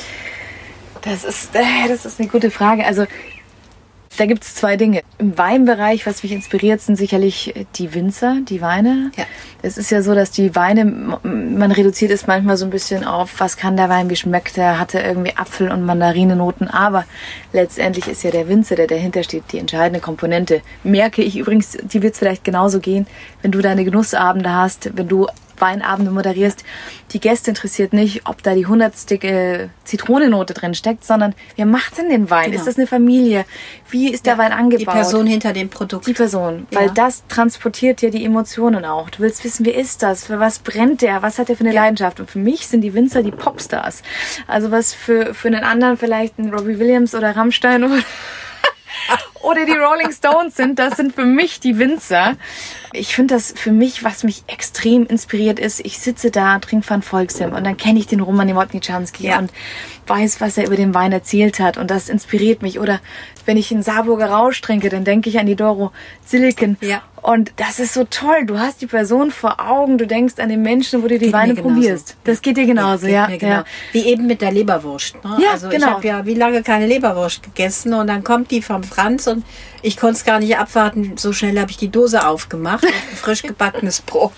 Das ist eine gute Frage. Also da gibt es 2 Dinge. Im Weinbereich, was mich inspiriert, sind sicherlich die Winzer, die Weine. Ja. Es ist ja so, dass die Weine, man reduziert es manchmal so ein bisschen auf, was kann der Wein, wie schmeckt der, hat er irgendwie Apfel- und Mandarinenoten. Aber letztendlich ist ja der Winzer, der dahinter steht, die entscheidende Komponente. Merke ich übrigens, die wird es vielleicht genauso gehen, wenn du deine Genussabende hast, wenn du Weinabende moderierst. Die Gäste interessiert nicht, ob da die 100. Zitronennote drin steckt, sondern wer macht denn den Wein? Genau. Ist das eine Familie? Wie ist der Wein angebaut? Die Person hinter dem Produkt. Die Person, weil das transportiert ja die Emotionen auch. Du willst wissen, wie ist das? Für was brennt der? Was hat der für eine Leidenschaft? Und für mich sind die Winzer die Popstars. Also was für einen anderen vielleicht ein Robbie Williams oder Rammstein oder die Rolling Stones sind, das sind für mich die Winzer. Ich finde das für mich, was mich extrem inspiriert ist, ich sitze da, trinke Van Volksem und dann kenne ich den Roman Niewodniczanski und weiß, was er über den Wein erzählt hat und das inspiriert mich. Oder wenn ich einen Saarburger Rausch trinke, dann denke ich an die Doro Zilliken. Ja. Und das ist so toll. Du hast die Person vor Augen, du denkst an den Menschen, wo du die Weine probierst. Das geht dir genauso, ja. Wie eben mit der Leberwurst. Ne? Ja, also genau. Ich habe ja wie lange keine Leberwurst gegessen und dann kommt die vom Franz und ich konnte es gar nicht abwarten. So schnell habe ich die Dose aufgemacht und ein frisch gebackenes Brot.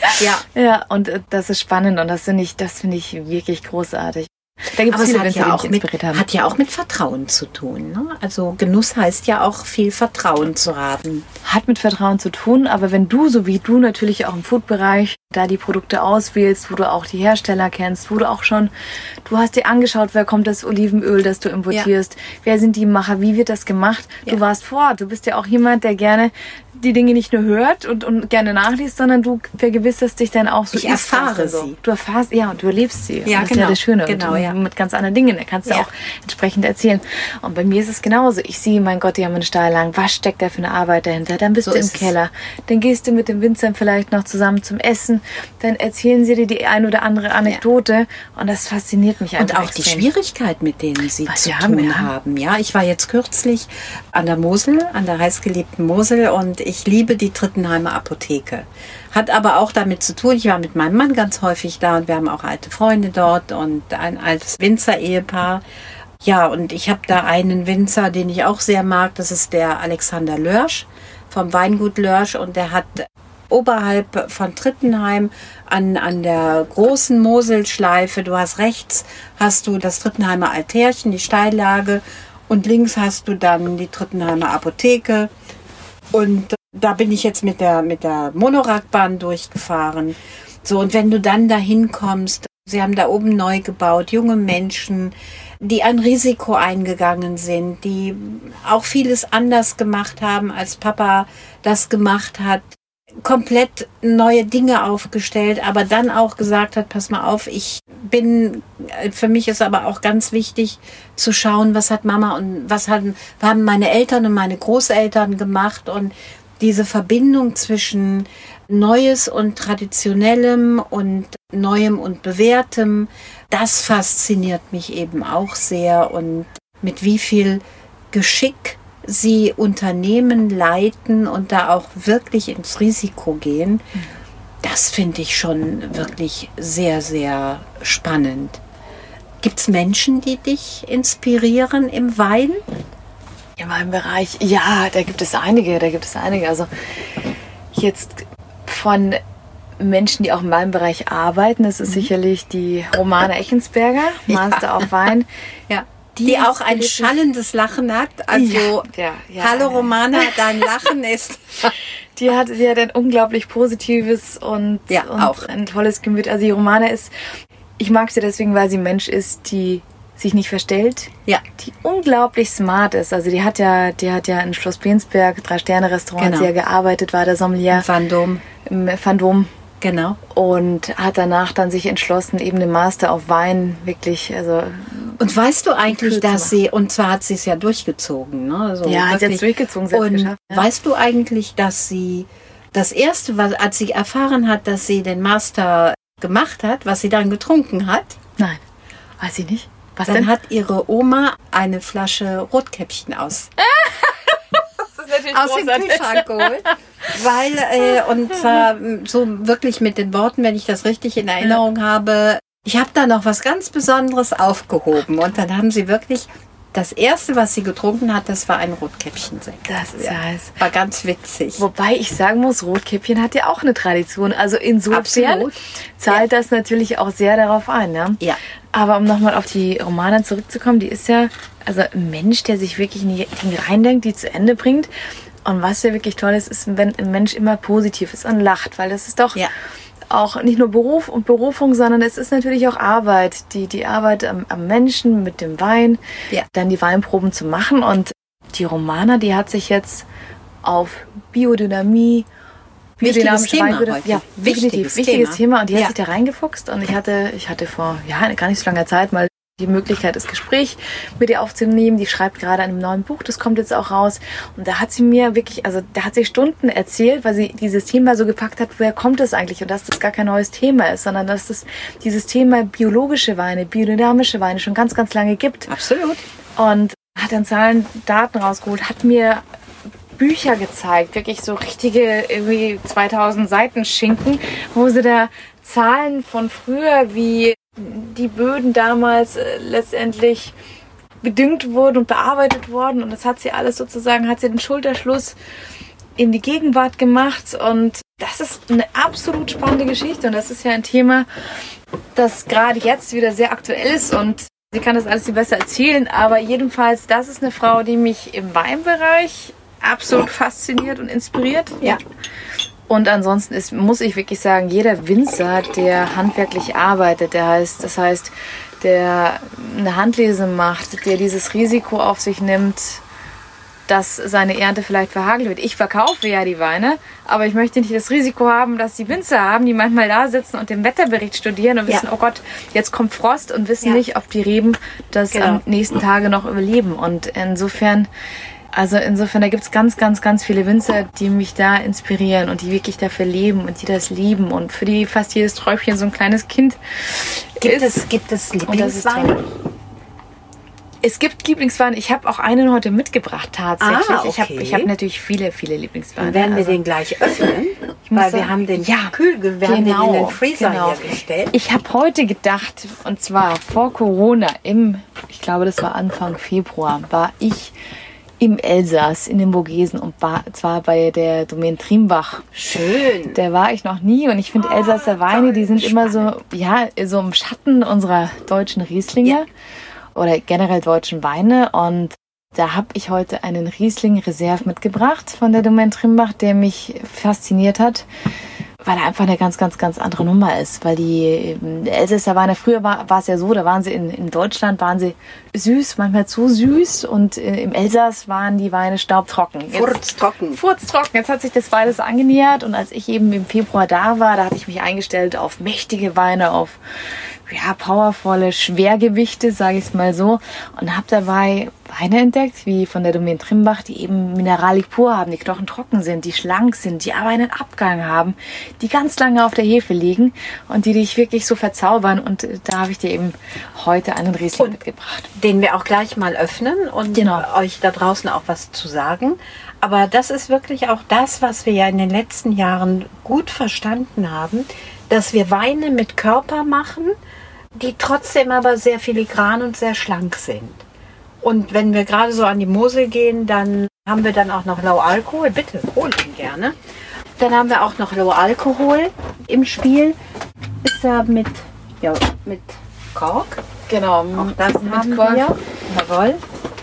Ja, und das ist spannend und das finde ich wirklich großartig. Da gibt es viele Winzer, die mich inspiriert haben. Hat ja auch mit Vertrauen zu tun. Ne? Also Genuss heißt ja auch viel Vertrauen zu haben. Hat mit Vertrauen zu tun, aber wenn du, so wie du natürlich auch im Food-Bereich, da die Produkte auswählst, wo du auch die Hersteller kennst, wo du auch schon, du hast dir angeschaut, wer kommt das Olivenöl, das du importierst, wer sind die Macher, wie wird das gemacht, du warst vor Ort, du bist ja auch jemand, der gerne die Dinge nicht nur hört und gerne nachliest, sondern du vergewisserst dich dann auch so. Ich erfahre sie. Du erfährst, und du erlebst sie. Ja, das ist ja das Schöne. Genau, und mit ganz anderen Dingen. Da kannst du auch entsprechend erzählen. Und bei mir ist es genauso. Ich sehe, mein Gott, die haben einen Stall lang. Was steckt da für eine Arbeit dahinter? Dann bist du im Keller. Dann gehst du mit den Winzern vielleicht noch zusammen zum Essen. Dann erzählen sie dir die ein oder andere Anekdote. Und das fasziniert mich einfach. Und auch die Schwierigkeit, mit denen sie zu tun haben. Ja, ich war jetzt kürzlich an der Mosel, an der heißgeliebten Mosel und ich liebe die Trittenheimer Apotheke. Hat aber auch damit zu tun, ich war mit meinem Mann ganz häufig da und wir haben auch alte Freunde dort und ein altes Winzer-Ehepaar. Ja, und ich habe da einen Winzer, den ich auch sehr mag, das ist der Alexander Lörsch vom Weingut Lörsch und der hat oberhalb von Trittenheim an der großen Moselschleife, du hast rechts, hast du das Trittenheimer Altärchen, die Steillage und links hast du dann die Trittenheimer Apotheke und da bin ich jetzt mit der Monorackbahn durchgefahren. So, und wenn du dann dahin kommst, sie haben da oben neu gebaut, junge Menschen, die ein Risiko eingegangen sind, die auch vieles anders gemacht haben, als Papa das gemacht hat. Komplett neue Dinge aufgestellt, aber dann auch gesagt hat, pass mal auf, für mich ist aber auch ganz wichtig zu schauen, was hat Mama und was haben meine Eltern und meine Großeltern gemacht und diese Verbindung zwischen Neues und Traditionellem und Neuem und Bewährtem, das fasziniert mich eben auch sehr und mit wie viel Geschick sie Unternehmen leiten und da auch wirklich ins Risiko gehen, das finde ich schon wirklich sehr, sehr spannend. Gibt es Menschen, die dich inspirieren im Wein? In meinem Bereich, ja, da gibt es einige. Also jetzt von Menschen, die auch in meinem Bereich arbeiten, das ist sicherlich die Romana Echensberger, Master of Wein. Ja. Die auch ein schallendes Lachen hat. Also, hallo Romana, dein Lachen ist... Sie hat ein unglaublich positives und auch ein tolles Gemüt. Also die Romana ich mag sie deswegen, weil sie ein Mensch ist, die sich nicht verstellt, die unglaublich smart ist. Also die hat ja in Schloss Bensberg 3-Sterne-Restaurant sehr gearbeitet, war der Sommelier. Im Van Dom. Genau. Und hat danach dann sich entschlossen, eben den Master of Wein wirklich, Und weißt du eigentlich, dass sie, und zwar hat sie es ja durchgezogen, ne? Also ja, hat sie jetzt durchgezogen, sie hat es geschafft. Ja. Weißt du eigentlich, dass sie das erste, als sie erfahren hat, dass sie den Master gemacht hat, was sie dann getrunken hat? Nein, weiß ich nicht. Was dann denn? hat ihre Oma eine Flasche Rotkäppchen aus dem Kühlschrank geholt. Weil, und zwar so wirklich mit den Worten, wenn ich das richtig in Erinnerung habe, ich habe da noch was ganz Besonderes aufgehoben. Und dann haben sie wirklich, das erste, was sie getrunken hat, das war ein Rotkäppchensekt. Das ist heiß. War ganz witzig. Wobei ich sagen muss, Rotkäppchen hat ja auch eine Tradition. Also insofern zahlt das natürlich auch sehr darauf ein. Ne? Ja. Aber um nochmal auf die Romana zurückzukommen, die ist ja ein Mensch, der sich wirklich in die Dinge reindenkt, die zu Ende bringt. Und was ja wirklich toll ist, wenn ein Mensch immer positiv ist und lacht, weil das ist doch auch nicht nur Beruf und Berufung, sondern es ist natürlich auch Arbeit. Die Arbeit am Menschen mit dem Wein, dann die Weinproben zu machen. Und die Romana, die hat sich jetzt auf Biodynamie, wichtiges Thema heute. Ja, wichtiges Thema. Und die hat sich da reingefuchst. Und ich hatte vor gar nicht so langer Zeit mal die Möglichkeit, das Gespräch mit ihr aufzunehmen. Die schreibt gerade an einem neuen Buch, das kommt jetzt auch raus. Und da hat sie mir wirklich, also da hat sie Stunden erzählt, weil sie dieses Thema so gepackt hat, woher kommt das eigentlich? Und dass das gar kein neues Thema ist, sondern dass es dieses Thema biologische Weine, biodynamische Weine schon ganz, ganz lange gibt. Absolut. Und hat dann Zahlen, Daten rausgeholt, hat mir Bücher gezeigt, wirklich so richtige irgendwie 2000 Seiten Schinken, wo sie da Zahlen von früher, wie die Böden damals letztendlich gedüngt wurden und bearbeitet wurden. Und das hat sie alles sozusagen, hat sie den Schulterschluss in die Gegenwart gemacht. Und das ist eine absolut spannende Geschichte. Und das ist ja ein Thema, das gerade jetzt wieder sehr aktuell ist. Und sie kann das alles viel besser erzählen. Aber jedenfalls, das ist eine Frau, die mich im Weinbereich absolut fasziniert und inspiriert. Ja. Und ansonsten muss ich wirklich sagen, jeder Winzer, der handwerklich arbeitet, das heißt, der eine Handlese macht, der dieses Risiko auf sich nimmt, dass seine Ernte vielleicht verhagelt wird. Ich verkaufe ja die Weine, aber ich möchte nicht das Risiko haben, dass die Winzer haben, die manchmal da sitzen und den Wetterbericht studieren und wissen, oh Gott, jetzt kommt Frost und wissen nicht, ob die Reben das am nächsten Tage noch überleben. Und insofern, da gibt es ganz, ganz, ganz viele Winzer, die mich da inspirieren und die wirklich dafür leben und die das lieben und für die fast jedes Träubchen so ein kleines Kind ist. Gibt es Lieblingsweine? Es gibt Lieblingsweine. Ich habe auch einen heute mitgebracht tatsächlich. Okay. Ich hab natürlich viele Lieblingsweine. Dann werden wir den gleich öffnen, weil wir haben den wir haben den in den Freezer hier gestellt. Ich habe heute gedacht, und zwar vor Corona, ich glaube das war Anfang Februar, war ich im Elsass, in den Vogesen und zwar bei der Domaine Trimbach. Schön. Da war ich noch nie und ich finde Elsasser Weine, die sind immer so im Schatten unserer deutschen Rieslinge oder generell deutschen Weine. Und da habe ich heute einen Riesling Reserve mitgebracht von der Domaine Trimbach, der mich fasziniert hat, weil er einfach eine ganz, ganz, ganz andere Nummer ist. Weil die Elsässer Weine, früher war es ja so, da waren sie in Deutschland, waren sie süß, manchmal zu süß. Und im Elsass waren die Weine staubtrocken. Furztrocken. Jetzt hat sich das beides angenähert. Und als ich eben im Februar da war, da hatte ich mich eingestellt auf mächtige Weine, auf powervolle Schwergewichte, sage ich es mal so. Und habe dabei Weine entdeckt, wie von der Domaine Trimbach, die eben Mineralik pur haben, die knochentrocken sind, die schlank sind, die aber einen Abgang haben, die ganz lange auf der Hefe liegen und die dich wirklich so verzaubern. Und da habe ich dir eben heute einen Riesling mitgebracht. Den wir auch gleich mal öffnen und euch da draußen auch was zu sagen. Aber das ist wirklich auch das, was wir ja in den letzten Jahren gut verstanden haben, dass wir Weine mit Körper machen, die trotzdem aber sehr filigran und sehr schlank sind. Und wenn wir gerade so an die Mosel gehen, dann haben wir dann auch noch Low Alkohol. Bitte, hol ihn gerne. Dann haben wir auch noch Low Alkohol im Spiel. Ist er mit Kork. Genau, auch das haben wir. Jawohl.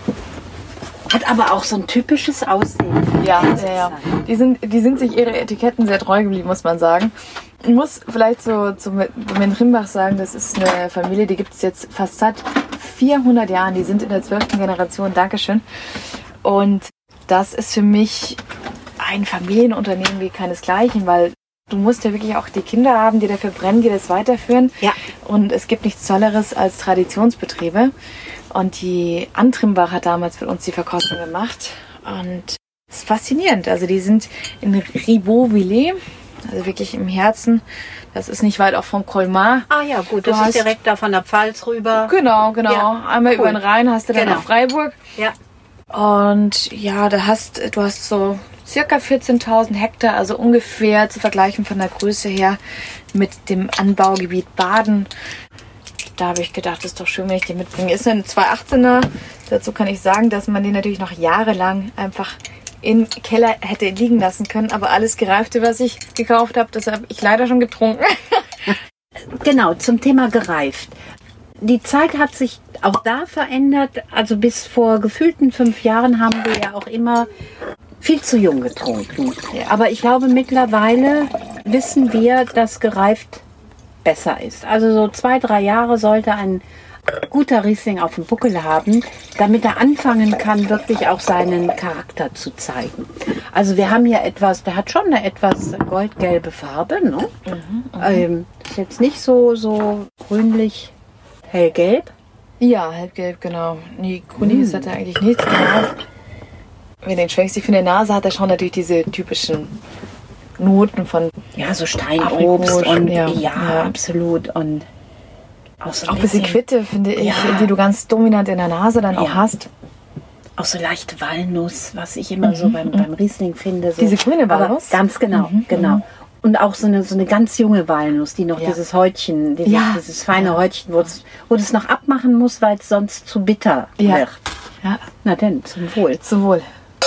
Hat aber auch so ein typisches Aussehen. Ja. Die sind sich ihre Etiketten sehr treu geblieben, muss man sagen. Ich muss vielleicht so zum Domaine Trimbach sagen, das ist eine Familie, die gibt es jetzt fast seit 400 Jahren. Die sind in der 12. Generation. Dankeschön. Und das ist für mich ein Familienunternehmen wie keinesgleichen, weil du musst ja wirklich auch die Kinder haben, die dafür brennen, die das weiterführen. Ja. Und es gibt nichts Tolleres als Traditionsbetriebe. Und die Anne Trimbach hat damals mit uns die Verkostung gemacht. Und es ist faszinierend. Also die sind in Ribeauvillers, also wirklich im Herzen. Das ist nicht weit auch vom Colmar. Ah ja, gut, das ist direkt da von der Pfalz rüber. Genau. Ja, einmal über den Rhein hast du dann auch Freiburg. Ja. Und ja, du hast so circa 14.000 Hektar, also ungefähr zu vergleichen von der Größe her mit dem Anbaugebiet Baden. Da habe ich gedacht, das ist doch schön, wenn ich den mitbringe. Ist ein 218er. Dazu kann ich sagen, dass man den natürlich noch jahrelang einfach im Keller hätte liegen lassen können. Aber alles Gereifte, was ich gekauft habe, das habe ich leider schon getrunken. Genau, zum Thema gereift. Die Zeit hat sich auch da verändert. Also bis vor gefühlten 5 Jahren haben wir ja auch immer viel zu jung getrunken. Aber ich glaube, mittlerweile wissen wir, dass gereift besser ist. Also so 2-3 Jahre sollte ein guter Riesling auf dem Buckel haben, damit er anfangen kann, wirklich auch seinen Charakter zu zeigen. Also wir haben hier etwas, der hat schon eine etwas goldgelbe Farbe, ne? Ist jetzt nicht so grünlich hellgelb. Ja, hellgelb, genau. Nee, grüniges hat er eigentlich nichts, genau. Wenn du den schwenkst, ich finde, der Nase hat er schon natürlich diese typischen Noten von Ja, so Steinobst Aprikot, und ja. absolut. Und auch so auch ein bisschen Quitte, finde ich, die du ganz dominant in der Nase dann auch hast. Auch so leichte Walnuss, was ich immer so beim Riesling finde. So. Diese grüne Walnuss? Aber ganz genau, genau. Und auch so eine ganz junge Walnuss, die noch dieses Häutchen, dieses feine Häutchen, wo du es noch abmachen musst, weil es sonst zu bitter wird. Ja. Na denn, zum Wohl. Zum Wohl.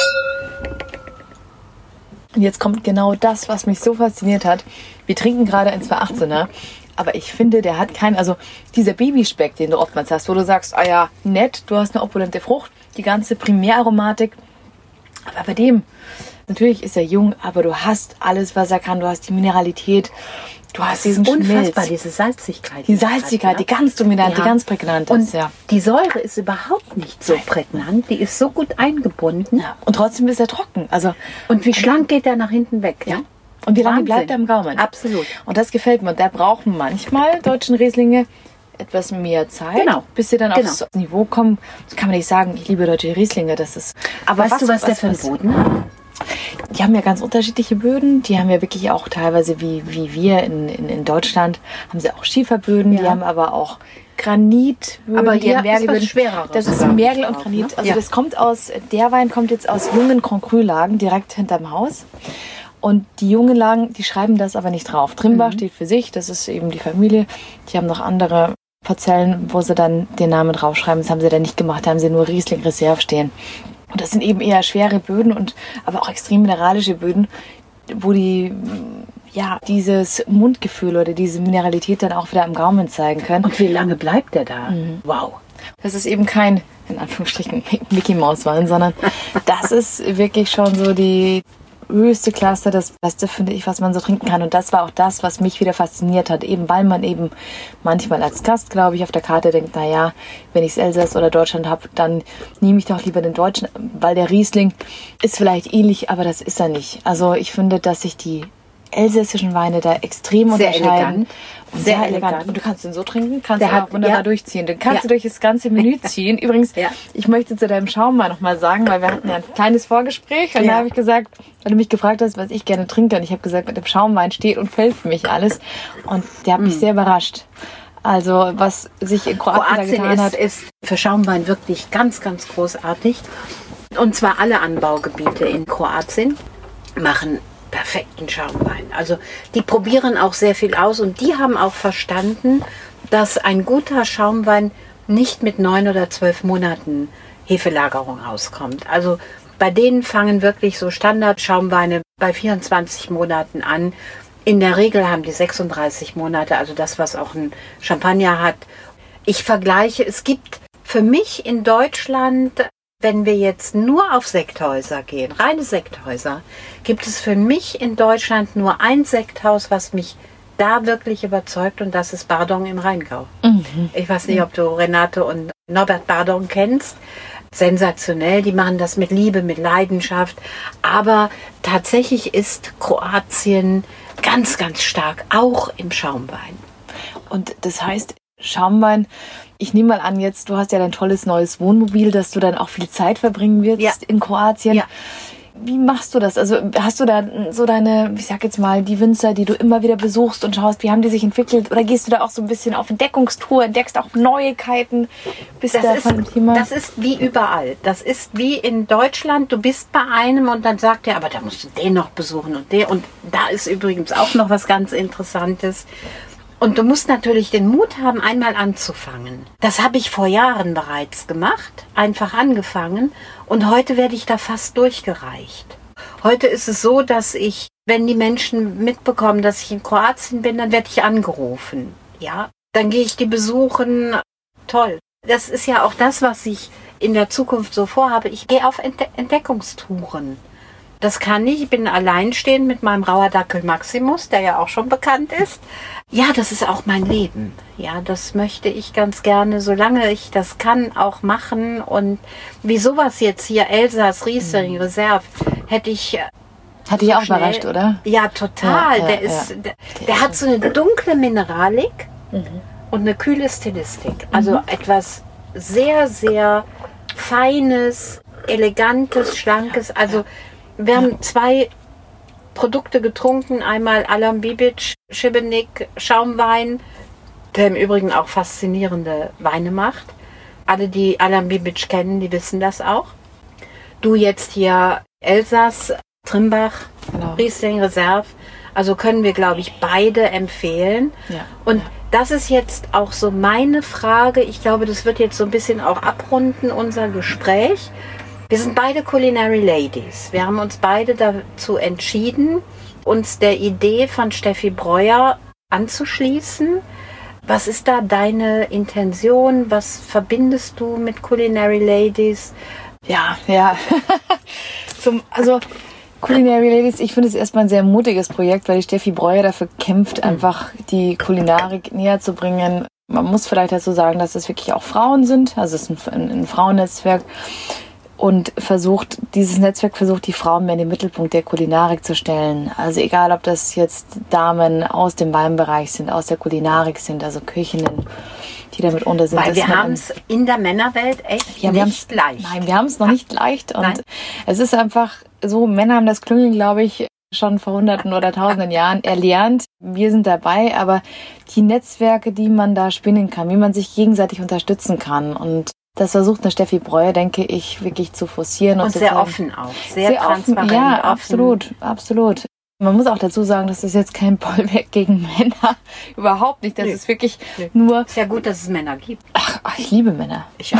Und jetzt kommt genau das, was mich so fasziniert hat. Wir trinken gerade ein 218er, aber ich finde, der hat keinen, also dieser Babyspeck, den du oftmals hast, wo du sagst, ah ja, nett, du hast eine opulente Frucht, die ganze Primäraromatik, aber bei dem, natürlich ist er jung, aber du hast alles, was er kann, du hast die Mineralität, du hast diesen unfassbar, Schmelz. diese Salzigkeit. Die Salzigkeit, die ganz dominant, die ganz prägnant ist. Und die Säure ist überhaupt nicht so prägnant, die ist so gut eingebunden. Ja. Und trotzdem ist er trocken. Also, und wie schlank geht er nach hinten weg. Ja? Und wie lange Wahnsinn. bleibt er im Gaumen? Absolut. Und das gefällt mir. Und da brauchen manchmal deutschen Rieslinge etwas mehr Zeit, Genau. bis sie dann aufs Niveau kommen. Das kann man nicht sagen, ich liebe deutsche Rieslinge. Das ist. Aber weißt du, was der für ein Boden hat? Die haben ja ganz unterschiedliche Böden. Die haben ja wirklich auch teilweise, wie wir in Deutschland, haben sie auch Schieferböden. Die haben aber auch Granitböden. Aber die haben ist was Schwereres. Das ist Mergel und Granit. Ne? Also das kommt der Wein kommt jetzt aus jungen Grand Cru-Lagen, direkt hinterm Haus. Und die jungen Lagen, die schreiben das aber nicht drauf. Trimbach steht für sich, das ist eben die Familie. Die haben noch andere Parzellen, wo sie dann den Namen draufschreiben. Das haben sie dann nicht gemacht, da haben sie nur Riesling Reserve stehen. Und das sind eben eher schwere Böden, aber auch extrem mineralische Böden, wo dieses Mundgefühl oder diese Mineralität dann auch wieder am Gaumen zeigen können. Und wie lange bleibt der da? Wow. Das ist eben kein, in Anführungsstrichen, Mickey Maus Wein, sondern das ist wirklich schon so die höchste Klasse, das Beste, finde ich, was man so trinken kann. Und das war auch das, was mich wieder fasziniert hat, eben weil man eben manchmal als Gast, glaube ich, auf der Karte denkt, naja, wenn ich Elsass oder Deutschland habe, dann nehme ich doch lieber den Deutschen, weil der Riesling ist vielleicht ähnlich, aber das ist er nicht. Also ich finde, dass sich die elsässischen Weine da extrem unterscheiden. Sehr elegant. Und du kannst den so trinken, kannst du auch wunderbar durchziehen. Den kannst du durch das ganze Menü ziehen. Übrigens, ich möchte zu deinem Schaumwein noch mal sagen, weil wir hatten ja ein kleines Vorgespräch und da habe ich gesagt, weil du mich gefragt hast, was ich gerne trinke, und ich habe gesagt, mit dem Schaumwein steht und fällt für mich alles. Und der hat mich sehr überrascht. Also was sich in Kroatien getan hat. Ist für Schaumwein wirklich ganz, ganz großartig. Und zwar alle Anbaugebiete in Kroatien machen perfekten Schaumwein. Also die probieren auch sehr viel aus und die haben auch verstanden, dass ein guter Schaumwein nicht mit 9 oder 12 Monaten Hefelagerung auskommt. Also bei denen fangen wirklich so Standard-Schaumweine bei 24 Monaten an. In der Regel haben die 36 Monate, also das, was auch ein Champagner hat. Ich vergleiche, es gibt für mich in Deutschland, wenn wir jetzt nur auf Sekthäuser gehen, reine Sekthäuser, gibt es für mich in Deutschland nur ein Sekthaus, was mich da wirklich überzeugt, und das ist Bardon im Rheingau. Ich weiß nicht, ob du Renate und Norbert Bardon kennst. Sensationell, die machen das mit Liebe, mit Leidenschaft. Aber tatsächlich ist Kroatien ganz, ganz stark, auch im Schaumwein. Und das heißt, Schaumwein, ich nehme mal an, jetzt, du hast ja dein tolles neues Wohnmobil, dass du dann auch viel Zeit verbringen wirst in Kroatien. Ja. Wie machst du das? Also hast du da so deine, ich sag jetzt mal, die Winzer, die du immer wieder besuchst und schaust, wie haben die sich entwickelt? Oder gehst du da auch so ein bisschen auf Entdeckungstour, entdeckst auch Neuigkeiten? Bist da von dem Thema? Das ist wie überall. Das ist wie in Deutschland. Du bist bei einem und dann sagt er, aber da musst du den noch besuchen und den. Und da ist übrigens auch noch was ganz Interessantes. Und du musst natürlich den Mut haben, einmal anzufangen. Das habe ich vor Jahren bereits gemacht, einfach angefangen. Und heute werde ich da fast durchgereicht. Heute ist es so, dass ich, wenn die Menschen mitbekommen, dass ich in Kroatien bin, dann werde ich angerufen. Ja, dann gehe ich die besuchen. Toll. Das ist ja auch das, was ich in der Zukunft so vorhabe. Ich gehe auf Entdeckungstouren. Das kann ich. Ich bin alleinstehend mit meinem Rauherdackel Maximus, der ja auch schon bekannt ist. Ja, das ist auch mein Leben. Ja, das möchte ich ganz gerne, solange ich das kann, auch machen. Und wie sowas jetzt hier, Elsass, Riesling, Reserve, hätte ich... Hat dich auch überrascht, oder? Ja, total. Der hat so eine dunkle Mineralik und eine kühle Stilistik. Also etwas sehr, sehr feines, elegantes, schlankes. Also wir haben 2 Produkte getrunken. Einmal Alam Bibic Šibenik Schaumwein, der im Übrigen auch faszinierende Weine macht. Alle, die Alam Bibic kennen, die wissen das auch. Du jetzt hier Elsass, Trimbach, genau. Riesling Reserve. Also können wir, glaube ich, beide empfehlen. Ja. Und das ist jetzt auch so meine Frage. Ich glaube, das wird jetzt so ein bisschen auch abrunden, unser Gespräch. Wir sind beide Culinary Ladies. Wir haben uns beide dazu entschieden, uns der Idee von Steffi Breuer anzuschließen. Was ist da deine Intention? Was verbindest du mit Culinary Ladies? Ja. Also Culinary Ladies, ich finde es erstmal ein sehr mutiges Projekt, weil die Steffi Breuer dafür kämpft, einfach die Kulinarik näher zu bringen. Man muss vielleicht dazu sagen, dass es wirklich auch Frauen sind. Also es ist ein Frauennetzwerk. Und dieses Netzwerk versucht, die Frauen mehr in den Mittelpunkt der Kulinarik zu stellen. Also egal, ob das jetzt Damen aus dem Weinbereich sind, aus der Kulinarik sind, also Köchinnen, die damit unter sind. Weil wir haben es in der Männerwelt echt nicht leicht. Nein, wir haben es noch nicht leicht. Und es ist einfach so, Männer haben das Klüngeln, glaube ich, schon vor Hunderten oder Tausenden Jahren erlernt. Wir sind dabei, aber die Netzwerke, die man da spinnen kann, wie man sich gegenseitig unterstützen kann, und das versucht eine Steffi Breuer, denke ich, wirklich zu forcieren. Und sehr offen auch. Sehr transparent. Offen. Ja, absolut, absolut. Man muss auch dazu sagen, das ist jetzt kein Bollwerk gegen Männer. Überhaupt nicht. Das ist wirklich nur... Ist ja gut, dass es Männer gibt. Ach, ich liebe Männer. Ich auch.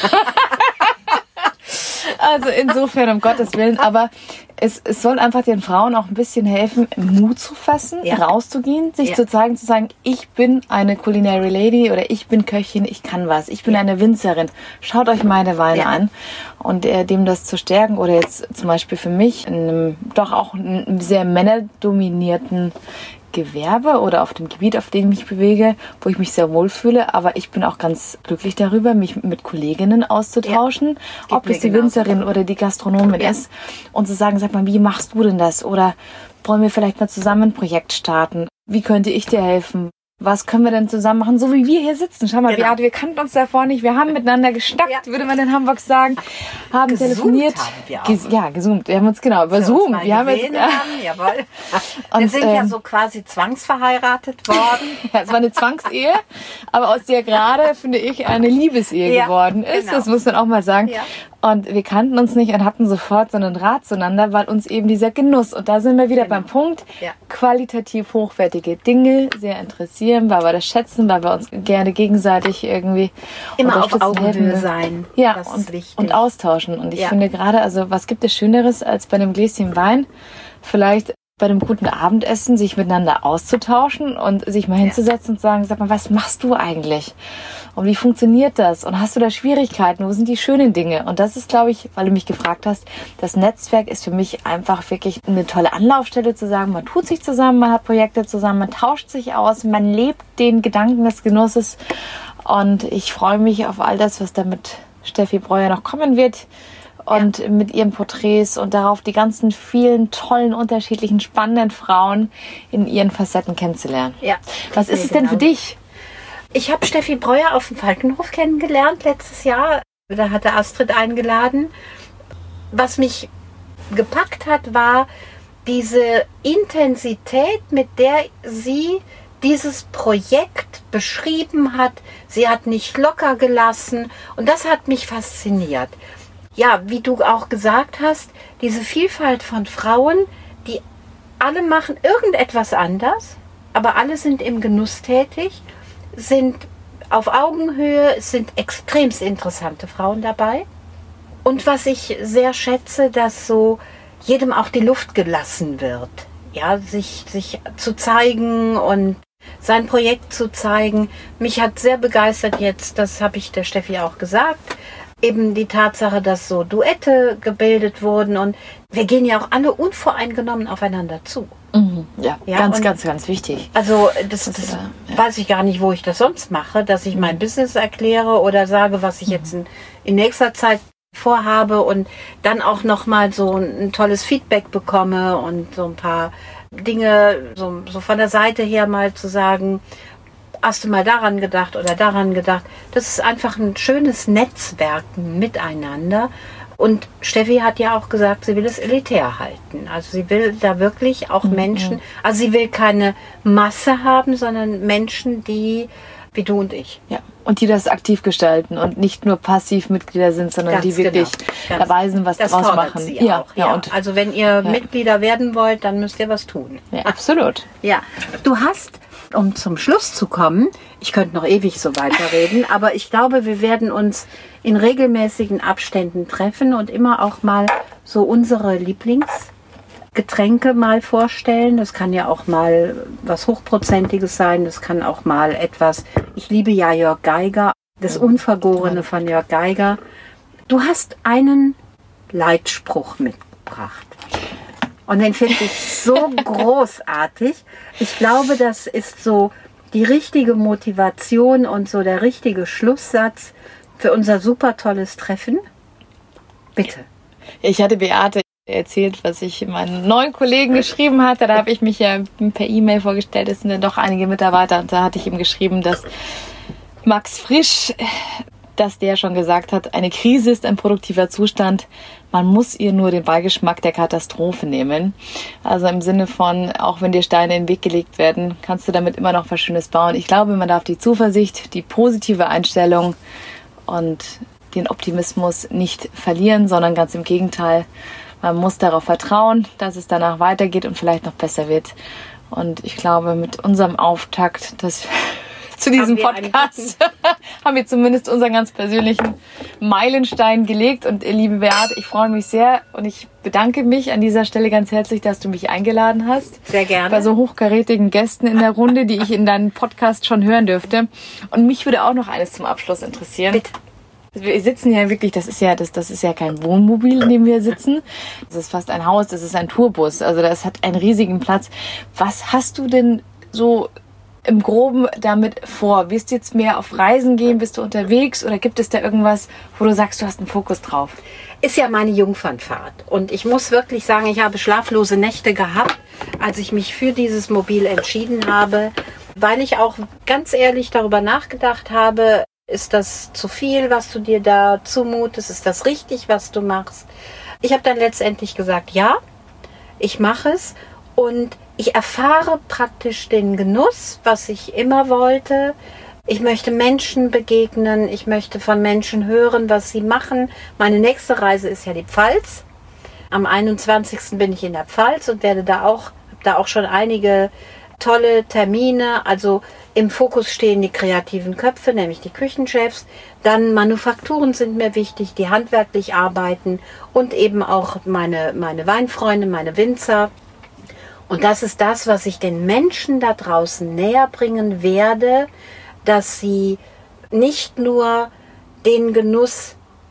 Also insofern, um Gottes Willen. Aber es soll einfach den Frauen auch ein bisschen helfen, Mut zu fassen, rauszugehen, sich zu sagen, ich bin eine Culinary Lady oder ich bin Köchin, ich kann was, ich bin eine Winzerin. Schaut euch meine Weine an. Und dem das zu stärken, oder jetzt zum Beispiel für mich, in einem doch auch sehr männerdominierten Gewerbe oder auf dem Gebiet, auf dem ich mich bewege, wo ich mich sehr wohl fühle, aber ich bin auch ganz glücklich darüber, mich mit Kolleginnen auszutauschen, ob es die Winzerin oder die Gastronomin ist, und zu sagen, sag mal, wie machst du denn das? Oder wollen wir vielleicht mal zusammen ein Projekt starten? Wie könnte ich dir helfen? Was können wir denn zusammen machen? So wie wir hier sitzen. Schau mal, Beate, wir kannten uns davor nicht. Wir haben miteinander geschnackt, würde man in Hamburg sagen. Haben gezoomt telefoniert. Haben wir auch. Gezoomt. Wir haben uns über Zoom. Wir haben jetzt, jawohl. Wir sind ja so quasi zwangsverheiratet worden. Ja, es war eine Zwangsehe, aber aus der gerade, finde ich, eine Liebesehe geworden ist. Genau. Das muss man auch mal sagen. Ja. Und wir kannten uns nicht und hatten sofort so einen Draht zueinander, weil uns eben dieser Genuss, und da sind wir wieder beim Punkt, qualitativ hochwertige Dinge sehr interessieren, weil wir das schätzen, weil wir uns gerne gegenseitig irgendwie immer auf Augenhöhe sein. Ja, das ist wichtig. Und austauschen. Und ich finde gerade, also was gibt es Schöneres, als bei einem Gläschen Wein vielleicht bei einem guten Abendessen sich miteinander auszutauschen und sich mal hinzusetzen und zu sagen, sag mal, was machst du eigentlich? Und wie funktioniert das? Und hast du da Schwierigkeiten? Wo sind die schönen Dinge? Und das ist, glaube ich, weil du mich gefragt hast, das Netzwerk ist für mich einfach wirklich eine tolle Anlaufstelle, zu sagen, man tut sich zusammen, man hat Projekte zusammen, man tauscht sich aus, man lebt den Gedanken des Genusses. Und ich freue mich auf all das, was da mit Steffi Breuer noch kommen wird. Und mit ihren Porträts und darauf die ganzen vielen tollen, unterschiedlichen, spannenden Frauen in ihren Facetten kennenzulernen. Ja, was ist es denn für dich? Ich habe Steffi Breuer auf dem Falkenhof kennengelernt letztes Jahr. Da hatte Astrid eingeladen. Was mich gepackt hat, war diese Intensität, mit der sie dieses Projekt beschrieben hat. Sie hat nicht locker gelassen und das hat mich fasziniert. Ja, wie du auch gesagt hast, diese Vielfalt von Frauen, die alle machen irgendetwas anders, aber alle sind im Genuss tätig, sind auf Augenhöhe, es sind extremst interessante Frauen dabei. Und was ich sehr schätze, dass so jedem auch die Luft gelassen wird, ja, sich zu zeigen und sein Projekt zu zeigen. Mich hat sehr begeistert jetzt, das habe ich der Steffi auch gesagt, eben die Tatsache, dass so Duette gebildet wurden, und wir gehen ja auch alle unvoreingenommen aufeinander zu. Mhm. Ja, ganz wichtig. Also das weiß ich gar nicht, wo ich das sonst mache, dass ich mein Business erkläre oder sage, was ich jetzt in nächster Zeit vorhabe und dann auch nochmal so ein tolles Feedback bekomme und so ein paar Dinge so von der Seite her mal zu sagen, hast du mal daran gedacht oder daran gedacht? Das ist einfach ein schönes Netzwerken miteinander. Und Steffi hat ja auch gesagt, sie will es elitär halten. Also sie will da wirklich auch Menschen, also sie will keine Masse haben, sondern Menschen, die, wie du und ich. Ja. Und die das aktiv gestalten und nicht nur passiv Mitglieder sind, sondern Ganz die wirklich genau. dabei sind, was Das draus fordert machen. sie auch. Ja. Und Also wenn ihr Mitglieder werden wollt, dann müsst ihr was tun. ja, absolut. Ja, du hast, um zum Schluss zu kommen, ich könnte noch ewig so weiterreden, aber ich glaube, wir werden uns in regelmäßigen Abständen treffen und immer auch mal so unsere Lieblingsgetränke mal vorstellen. Das kann ja auch mal was Hochprozentiges sein, das kann auch mal etwas, ich liebe ja Jörg Geiger, das Unvergorene von Jörg Geiger. Du hast einen Leitspruch mitgebracht. Und den finde ich so großartig. Ich glaube, das ist so die richtige Motivation und so der richtige Schlusssatz für unser super tolles Treffen. Bitte. Ich hatte Beate erzählt, was ich meinen neuen Kollegen geschrieben hatte. Da habe ich mich ja per E-Mail vorgestellt. Es sind dann doch einige Mitarbeiter. Und da hatte ich ihm geschrieben, dass Max Frisch, dass der schon gesagt hat, eine Krise ist ein produktiver Zustand. Man muss ihr nur den Beigeschmack der Katastrophe nehmen. Also im Sinne von, auch wenn dir Steine in den Weg gelegt werden, kannst du damit immer noch was Schönes bauen. Ich glaube, man darf die Zuversicht, die positive Einstellung und den Optimismus nicht verlieren, sondern ganz im Gegenteil. Man muss darauf vertrauen, dass es danach weitergeht und vielleicht noch besser wird. Und ich glaube, mit unserem Auftakt, zu diesem Podcast haben wir zumindest unseren ganz persönlichen Meilenstein gelegt. Und liebe Beate, ich freue mich sehr und ich bedanke mich an dieser Stelle ganz herzlich, dass du mich eingeladen hast. Sehr gerne. Bei so hochkarätigen Gästen in der Runde, die ich in deinem Podcast schon hören dürfte. Und mich würde auch noch eines zum Abschluss interessieren. Bitte. Wir sitzen ja wirklich, das ist ja kein Wohnmobil, in dem wir sitzen. Das ist fast ein Haus, das ist ein Tourbus. Also das hat einen riesigen Platz. Was hast du denn so im Groben damit vor? Wirst du jetzt mehr auf Reisen gehen? Bist du unterwegs? Oder gibt es da irgendwas, wo du sagst, du hast einen Fokus drauf? Ist ja meine Jungfernfahrt. Und ich muss wirklich sagen, ich habe schlaflose Nächte gehabt, als ich mich für dieses Mobil entschieden habe, weil ich auch ganz ehrlich darüber nachgedacht habe, ist das zu viel, was du dir da zumutest? Ist das richtig, was du machst? Ich habe dann letztendlich gesagt, ja, ich mache es und ich erfahre praktisch den Genuss, was ich immer wollte. Ich möchte Menschen begegnen, ich möchte von Menschen hören, was sie machen. Meine nächste Reise ist ja die Pfalz. Am 21. bin ich in der Pfalz und habe da auch schon einige tolle Termine. Also im Fokus stehen die kreativen Köpfe, nämlich die Küchenchefs. Dann Manufakturen sind mir wichtig, die handwerklich arbeiten und eben auch meine Weinfreunde, meine Winzer. Und das ist das, was ich den Menschen da draußen näher bringen werde, dass sie nicht nur den Genuss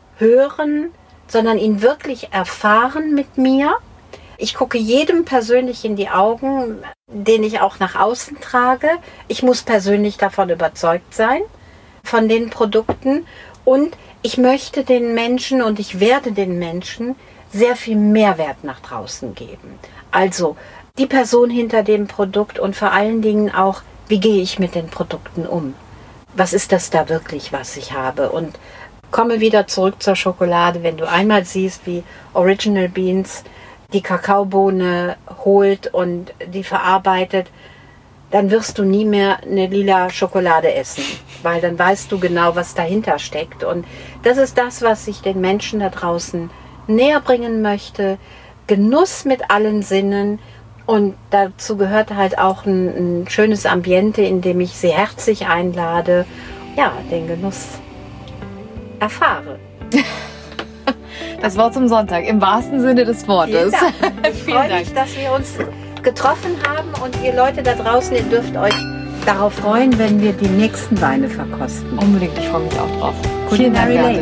hören, sondern ihn wirklich erfahren mit mir. Ich gucke jedem persönlich in die Augen, den ich auch nach außen trage. Ich muss persönlich davon überzeugt sein, von den Produkten. Und ich möchte den Menschen und ich werde den Menschen sehr viel Mehrwert nach draußen geben. Also die Person hinter dem Produkt und vor allen Dingen auch, wie gehe ich mit den Produkten um? Was ist das da wirklich, was ich habe? Und komme wieder zurück zur Schokolade, wenn du einmal siehst, wie Original Beans die Kakaobohne holt und die verarbeitet, dann wirst du nie mehr eine lila Schokolade essen, weil dann weißt du genau, was dahinter steckt. Und das ist das, was ich den Menschen da draußen näher bringen möchte. Genuss mit allen Sinnen. Und dazu gehört halt auch ein schönes Ambiente, in dem ich sie herzlich einlade, ja, den Genuss erfahre. Das Wort zum Sonntag, im wahrsten Sinne des Wortes. Vielen Dank. Ich freue mich, dass wir uns getroffen haben und ihr Leute da draußen, ihr dürft euch darauf freuen, wenn wir die nächsten Weine verkosten. Unbedingt, ich freue mich auch drauf. Vielen Dank, Beate.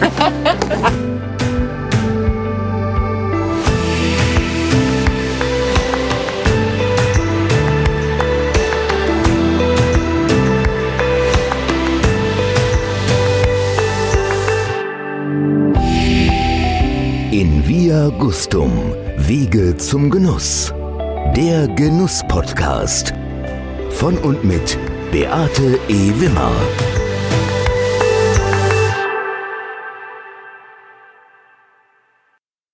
In Via Gustum, Wege zum Genuss. Der Genuss-Podcast. Von und mit Beate E. Wimmer.